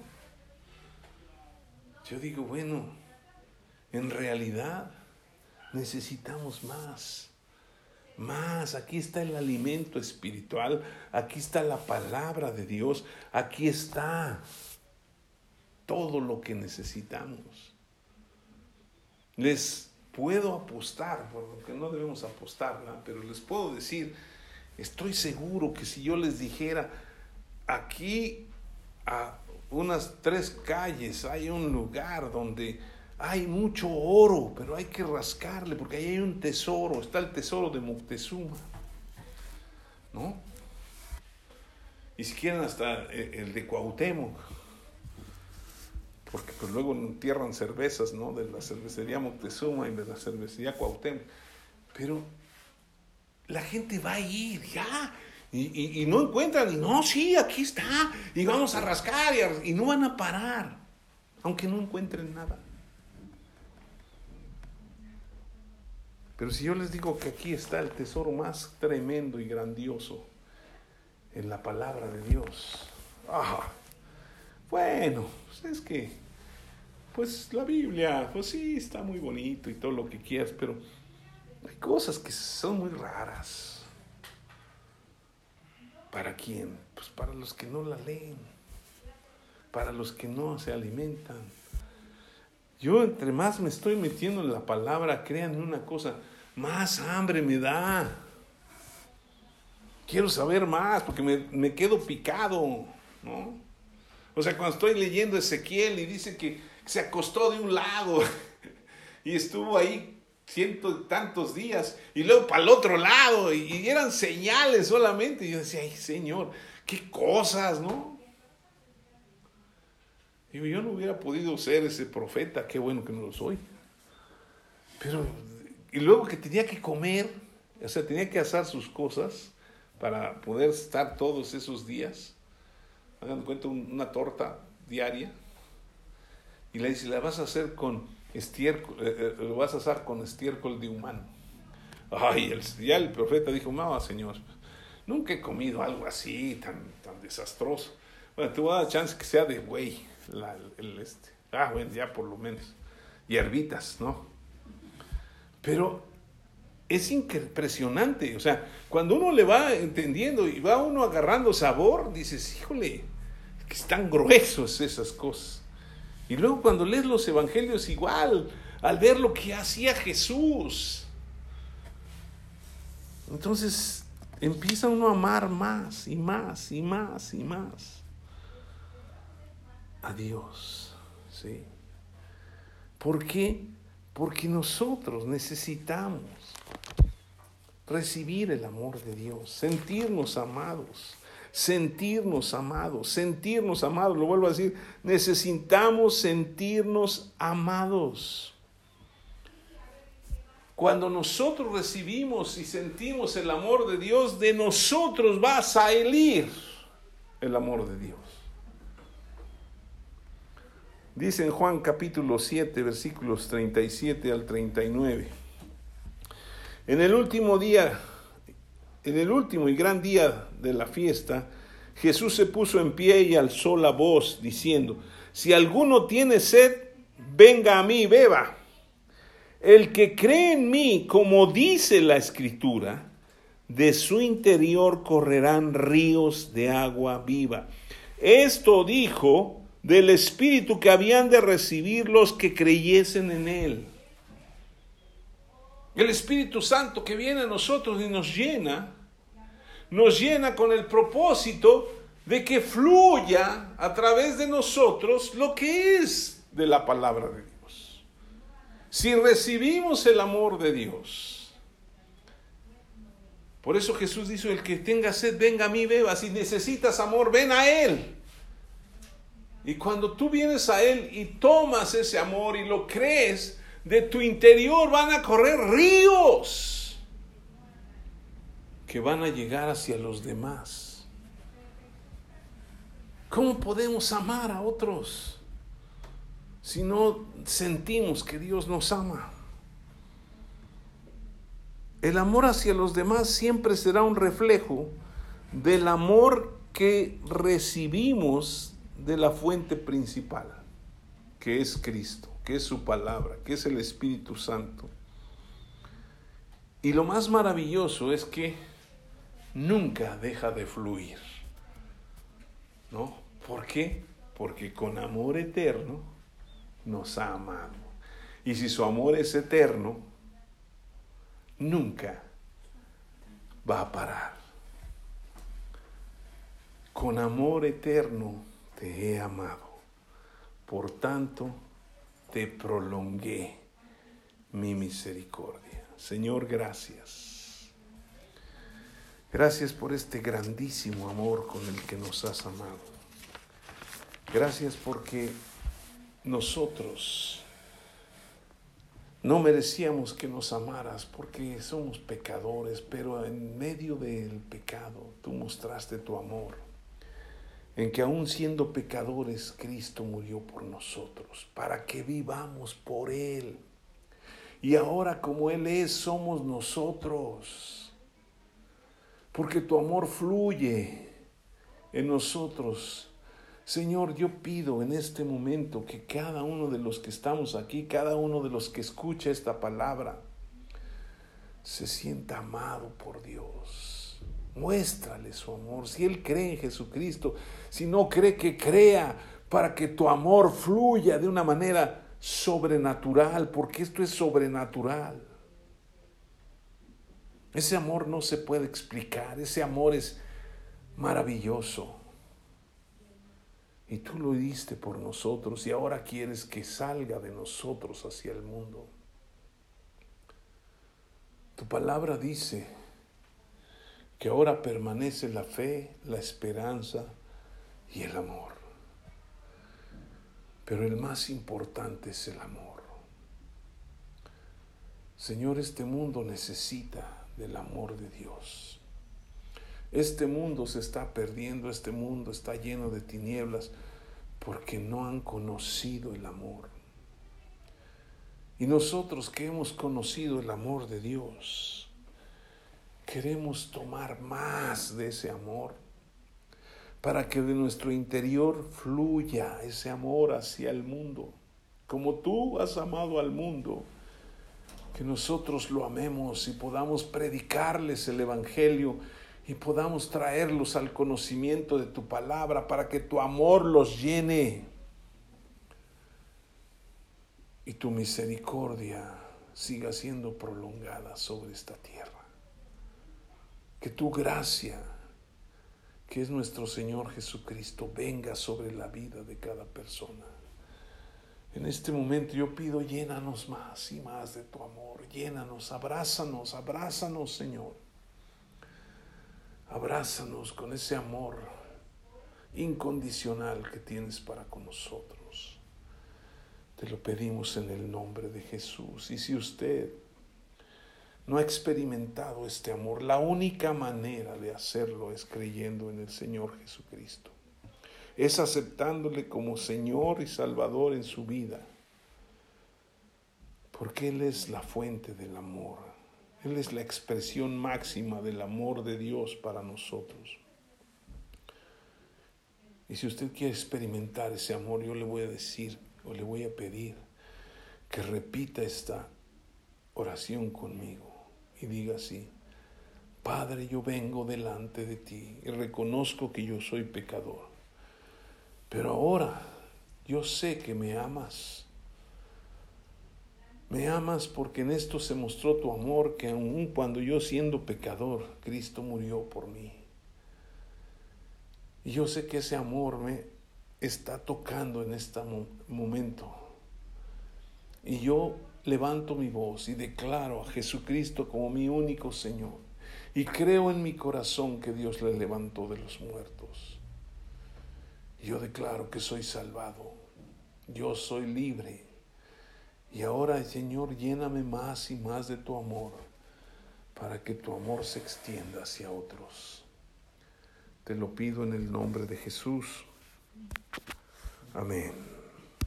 Yo digo, bueno, en realidad necesitamos más. Aquí está el alimento espiritual, aquí está la palabra de Dios, aquí está todo lo que necesitamos. Les puedo apostar, porque no debemos apostar, ¿verdad? Pero les puedo decir, estoy seguro que si yo les dijera, aquí a unas 3 calles hay un lugar donde hay mucho oro, pero hay que rascarle porque ahí hay un tesoro, está el tesoro de Moctezuma, ¿no? Y si quieren hasta el de Cuauhtémoc, porque pues luego entierran cervezas, ¿no? De la cervecería Moctezuma y de la cervecería Cuauhtémoc, pero la gente va a ir ya. Y no encuentran, y no, sí, aquí está, y vamos a rascar, y no van a parar, aunque no encuentren nada. Pero si yo les digo que aquí está el tesoro más tremendo y grandioso, en la palabra de Dios, bueno, pues es que, pues la Biblia, pues sí, está muy bonito y todo lo que quieras, pero hay cosas que son muy raras. ¿Para quién? Pues para los que no la leen, para los que no se alimentan. Yo entre más me estoy metiendo en la palabra, créanme una cosa, más hambre me da. Quiero saber más porque me quedo picado, ¿no? O sea, cuando estoy leyendo Ezequiel y dice que se acostó de un lado y estuvo ahí 100 y tantos días, y luego para el otro lado, y eran señales solamente, y yo decía, ay Señor, qué cosas, ¿no? Digo, yo no hubiera podido ser ese profeta, qué bueno que no lo soy, pero, y luego que tenía que comer, o sea, tenía que hacer sus cosas, para poder estar todos esos días, hagan cuenta, una torta diaria, y le dice, la vas a hacer con lo vas a hacer con estiércol de humano. Ya el profeta dijo, no, Señor, nunca he comido algo así, tan desastroso. Bueno, te voy a dar chance que sea de buey, bueno, ya por lo menos, hierbitas, ¿no? Pero es impresionante, o sea, cuando uno le va entendiendo y va uno agarrando sabor, dices, híjole, que están gruesos esas cosas. Y luego cuando lees los evangelios igual, al ver lo que hacía Jesús, entonces empieza uno a amar más y más y más y más a Dios, ¿sí? ¿Por qué? Porque nosotros necesitamos recibir el amor de Dios, sentirnos amados, lo vuelvo a decir, necesitamos sentirnos amados. Cuando nosotros recibimos y sentimos el amor de Dios, de nosotros va a salir el amor de Dios. Dice en Juan capítulo 7, versículos 37 al 39. En el último y gran día de la fiesta, Jesús se puso en pie y alzó la voz diciendo, si alguno tiene sed, venga a mí y beba. El que cree en mí, como dice la Escritura, de su interior correrán ríos de agua viva. Esto dijo del Espíritu que habían de recibir los que creyesen en Él. El Espíritu Santo que viene a nosotros y nos llena con el propósito de que fluya a través de nosotros lo que es de la palabra de Dios. Si recibimos el amor de Dios, por eso Jesús dijo, el que tenga sed, venga a mí, beba. Si necesitas amor, ven a Él. Y cuando tú vienes a Él y tomas ese amor y lo crees, de tu interior van a correr ríos que van a llegar hacia los demás. ¿Cómo podemos amar a otros si no sentimos que Dios nos ama? El amor hacia los demás siempre será un reflejo del amor que recibimos de la fuente principal, que es Cristo, que es su palabra, que es el Espíritu Santo. Y lo más maravilloso es que nunca deja de fluir, ¿no? ¿Por qué? Porque con amor eterno nos ha amado. Y si su amor es eterno, nunca va a parar. Con amor eterno te he amado, por tanto te prolongué mi misericordia. Señor, gracias. Gracias por este grandísimo amor con el que nos has amado. Gracias porque nosotros no merecíamos que nos amaras porque somos pecadores, pero en medio del pecado tú mostraste tu amor, en que aún siendo pecadores, Cristo murió por nosotros, para que vivamos por Él. Y ahora como Él es, somos nosotros, porque tu amor fluye en nosotros. Señor, yo pido en este momento que cada uno de los que estamos aquí, cada uno de los que escucha esta palabra, se sienta amado por Dios. Muéstrale su amor. Si Él cree en Jesucristo, si no cree, que crea, para que tu amor fluya de una manera sobrenatural, porque esto es sobrenatural. Ese amor no se puede explicar, ese amor es maravilloso. Y tú lo diste por nosotros y ahora quieres que salga de nosotros hacia el mundo. Tu palabra dice que ahora permanece la fe, la esperanza y el amor. Pero el más importante es el amor. Señor, este mundo necesita del amor de Dios. Este mundo se está perdiendo, este mundo está lleno de tinieblas porque no han conocido el amor. Y nosotros que hemos conocido el amor de Dios, queremos tomar más de ese amor para que de nuestro interior fluya ese amor hacia el mundo. Como tú has amado al mundo, que nosotros lo amemos y podamos predicarles el Evangelio y podamos traerlos al conocimiento de tu palabra para que tu amor los llene y tu misericordia siga siendo prolongada sobre esta tierra. Que tu gracia, que es nuestro Señor Jesucristo, venga sobre la vida de cada persona. En este momento yo pido, llénanos más y más de tu amor, llénanos, abrázanos, Señor. Abrázanos con ese amor incondicional que tienes para con nosotros. Te lo pedimos en el nombre de Jesús. Y si usted no ha experimentado este amor, la única manera de hacerlo es creyendo en el Señor Jesucristo. Es aceptándole como Señor y Salvador en su vida. Porque Él es la fuente del amor. Él es la expresión máxima del amor de Dios para nosotros. Y si usted quiere experimentar ese amor, yo le voy a decir o le voy a pedir que repita esta oración conmigo y diga así: Padre, yo vengo delante de ti y reconozco que yo soy pecador. Pero ahora yo sé que me amas. Me amas porque en esto se mostró tu amor, que aun cuando yo siendo pecador, Cristo murió por mí. Y yo sé que ese amor me está tocando en este momento. Y yo levanto mi voz y declaro a Jesucristo como mi único Señor. Y creo en mi corazón que Dios le levantó de los muertos. Y yo declaro que soy salvado. Yo soy libre. Y ahora, Señor, lléname más y más de tu amor, para que tu amor se extienda hacia otros. Te lo pido en el nombre de Jesús. Amén.